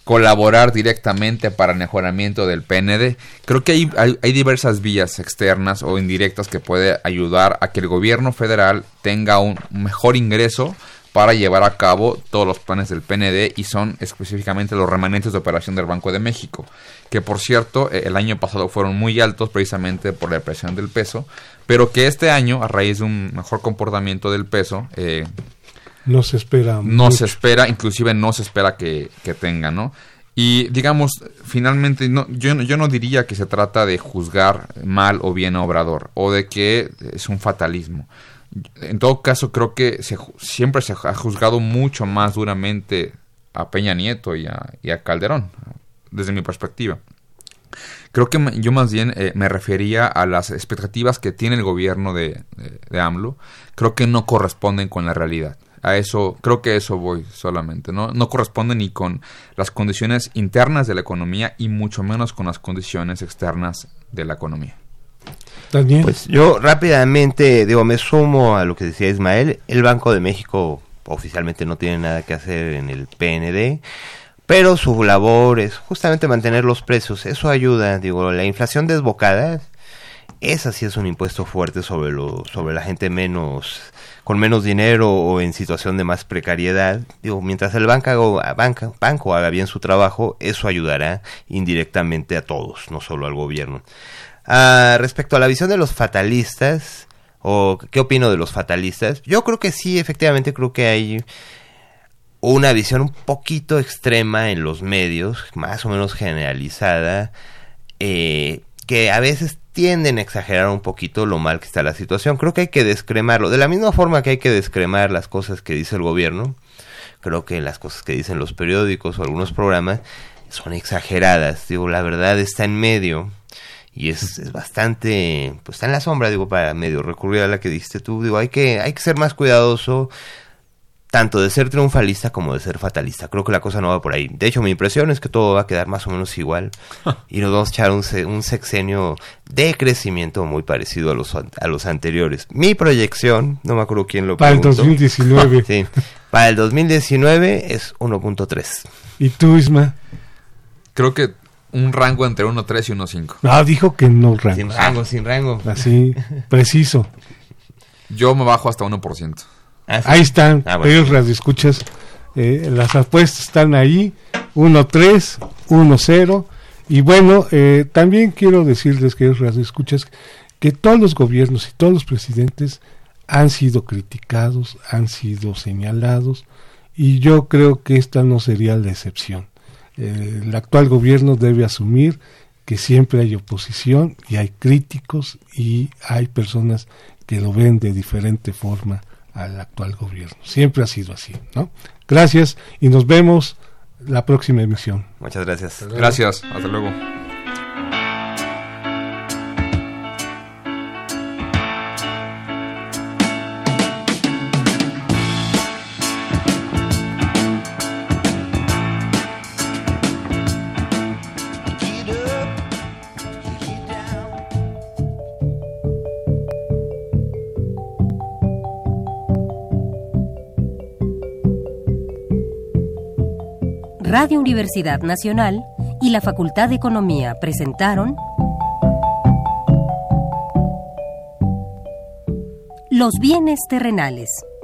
F: colaborar directamente para el mejoramiento del P N D. Creo que hay, hay, hay diversas vías externas o indirectas que puede ayudar a que el gobierno federal tenga un mejor ingreso para llevar a cabo todos los planes del P N D, y son específicamente los remanentes de operación del Banco de México, que por cierto el año pasado fueron muy altos precisamente por la depreciación del peso, pero que este año, a raíz de un mejor comportamiento del peso, eh,
D: no se espera
F: no
D: mucho.
F: se espera, inclusive no se espera que, que tenga, ¿no? Y digamos, finalmente, no, yo, yo no diría que se trata de juzgar mal o bien a Obrador, o de que es un fatalismo. En todo caso, creo que se, siempre se ha juzgado mucho más duramente a Peña Nieto y a, y a Calderón, desde mi perspectiva. Creo que me, yo más bien eh, me refería a las expectativas que tiene el gobierno de, de, de AMLO. Creo que no corresponden con la realidad. A eso, creo que eso voy solamente, ¿no? No corresponde ni con las condiciones internas de la economía y mucho menos con las condiciones externas de la economía.
D: Daniel.
E: Pues yo rápidamente, digo, me sumo a lo que decía Ismael. El Banco de México oficialmente no tiene nada que hacer en el P N D, pero su labor es justamente mantener los precios. Eso ayuda, digo, la inflación desbocada, esa sí es un impuesto fuerte sobre lo, sobre la gente menos, con menos dinero o en situación de más precariedad. Digo, mientras el banco, banca, banco haga bien su trabajo, eso ayudará indirectamente a todos, no solo al gobierno. Uh, respecto a la visión de los fatalistas, o qué opino de los fatalistas, yo creo que sí, efectivamente creo que hay una visión un poquito extrema en los medios, más o menos generalizada, eh, que a veces tienden a exagerar un poquito lo mal que está la situación. Creo que hay que descremarlo, de la misma forma que hay que descremar las cosas que dice el gobierno. Creo que las cosas que dicen los periódicos o algunos programas son exageradas. Digo, la verdad está en medio. Y es, es bastante, pues está en la sombra, digo, para medio recurrir a la que dijiste tú. Digo, hay que, hay que ser más cuidadoso, tanto de ser triunfalista como de ser fatalista. Creo que la cosa no va por ahí. De hecho, mi impresión es que todo va a quedar más o menos igual. Y nos vamos a echar un, un sexenio de crecimiento muy parecido a los, a los anteriores. Mi proyección, no me acuerdo quién lo
D: preguntó. Para el dos mil diecinueve.
E: Sí, para el dos mil diecinueve es uno punto tres.
D: ¿Y tú, Isma?
F: Creo que un rango entre uno punto tres y uno punto cinco.
D: Ah, dijo que no rango.
E: Sin rango, ah. sin rango.
D: Así, preciso.
F: Yo me bajo hasta uno por ciento.
D: Ah, sí. Ahí están, ah, bueno. Ellos radioescuchas, eh, las apuestas están ahí, uno tres, uno cero. Y bueno, eh, también quiero decirles que ellos radioescuchas que todos los gobiernos y todos los presidentes han sido criticados, han sido señalados, y yo creo que esta no sería la excepción. Eh, el actual gobierno debe asumir que siempre hay oposición y hay críticos y hay personas que lo ven de diferente forma al actual gobierno. Siempre ha sido así, ¿no? Gracias y nos vemos la próxima emisión.
E: Muchas gracias.
F: Gracias, hasta luego.
A: Radio Universidad Nacional y la Facultad de Economía presentaron Los bienes terrenales.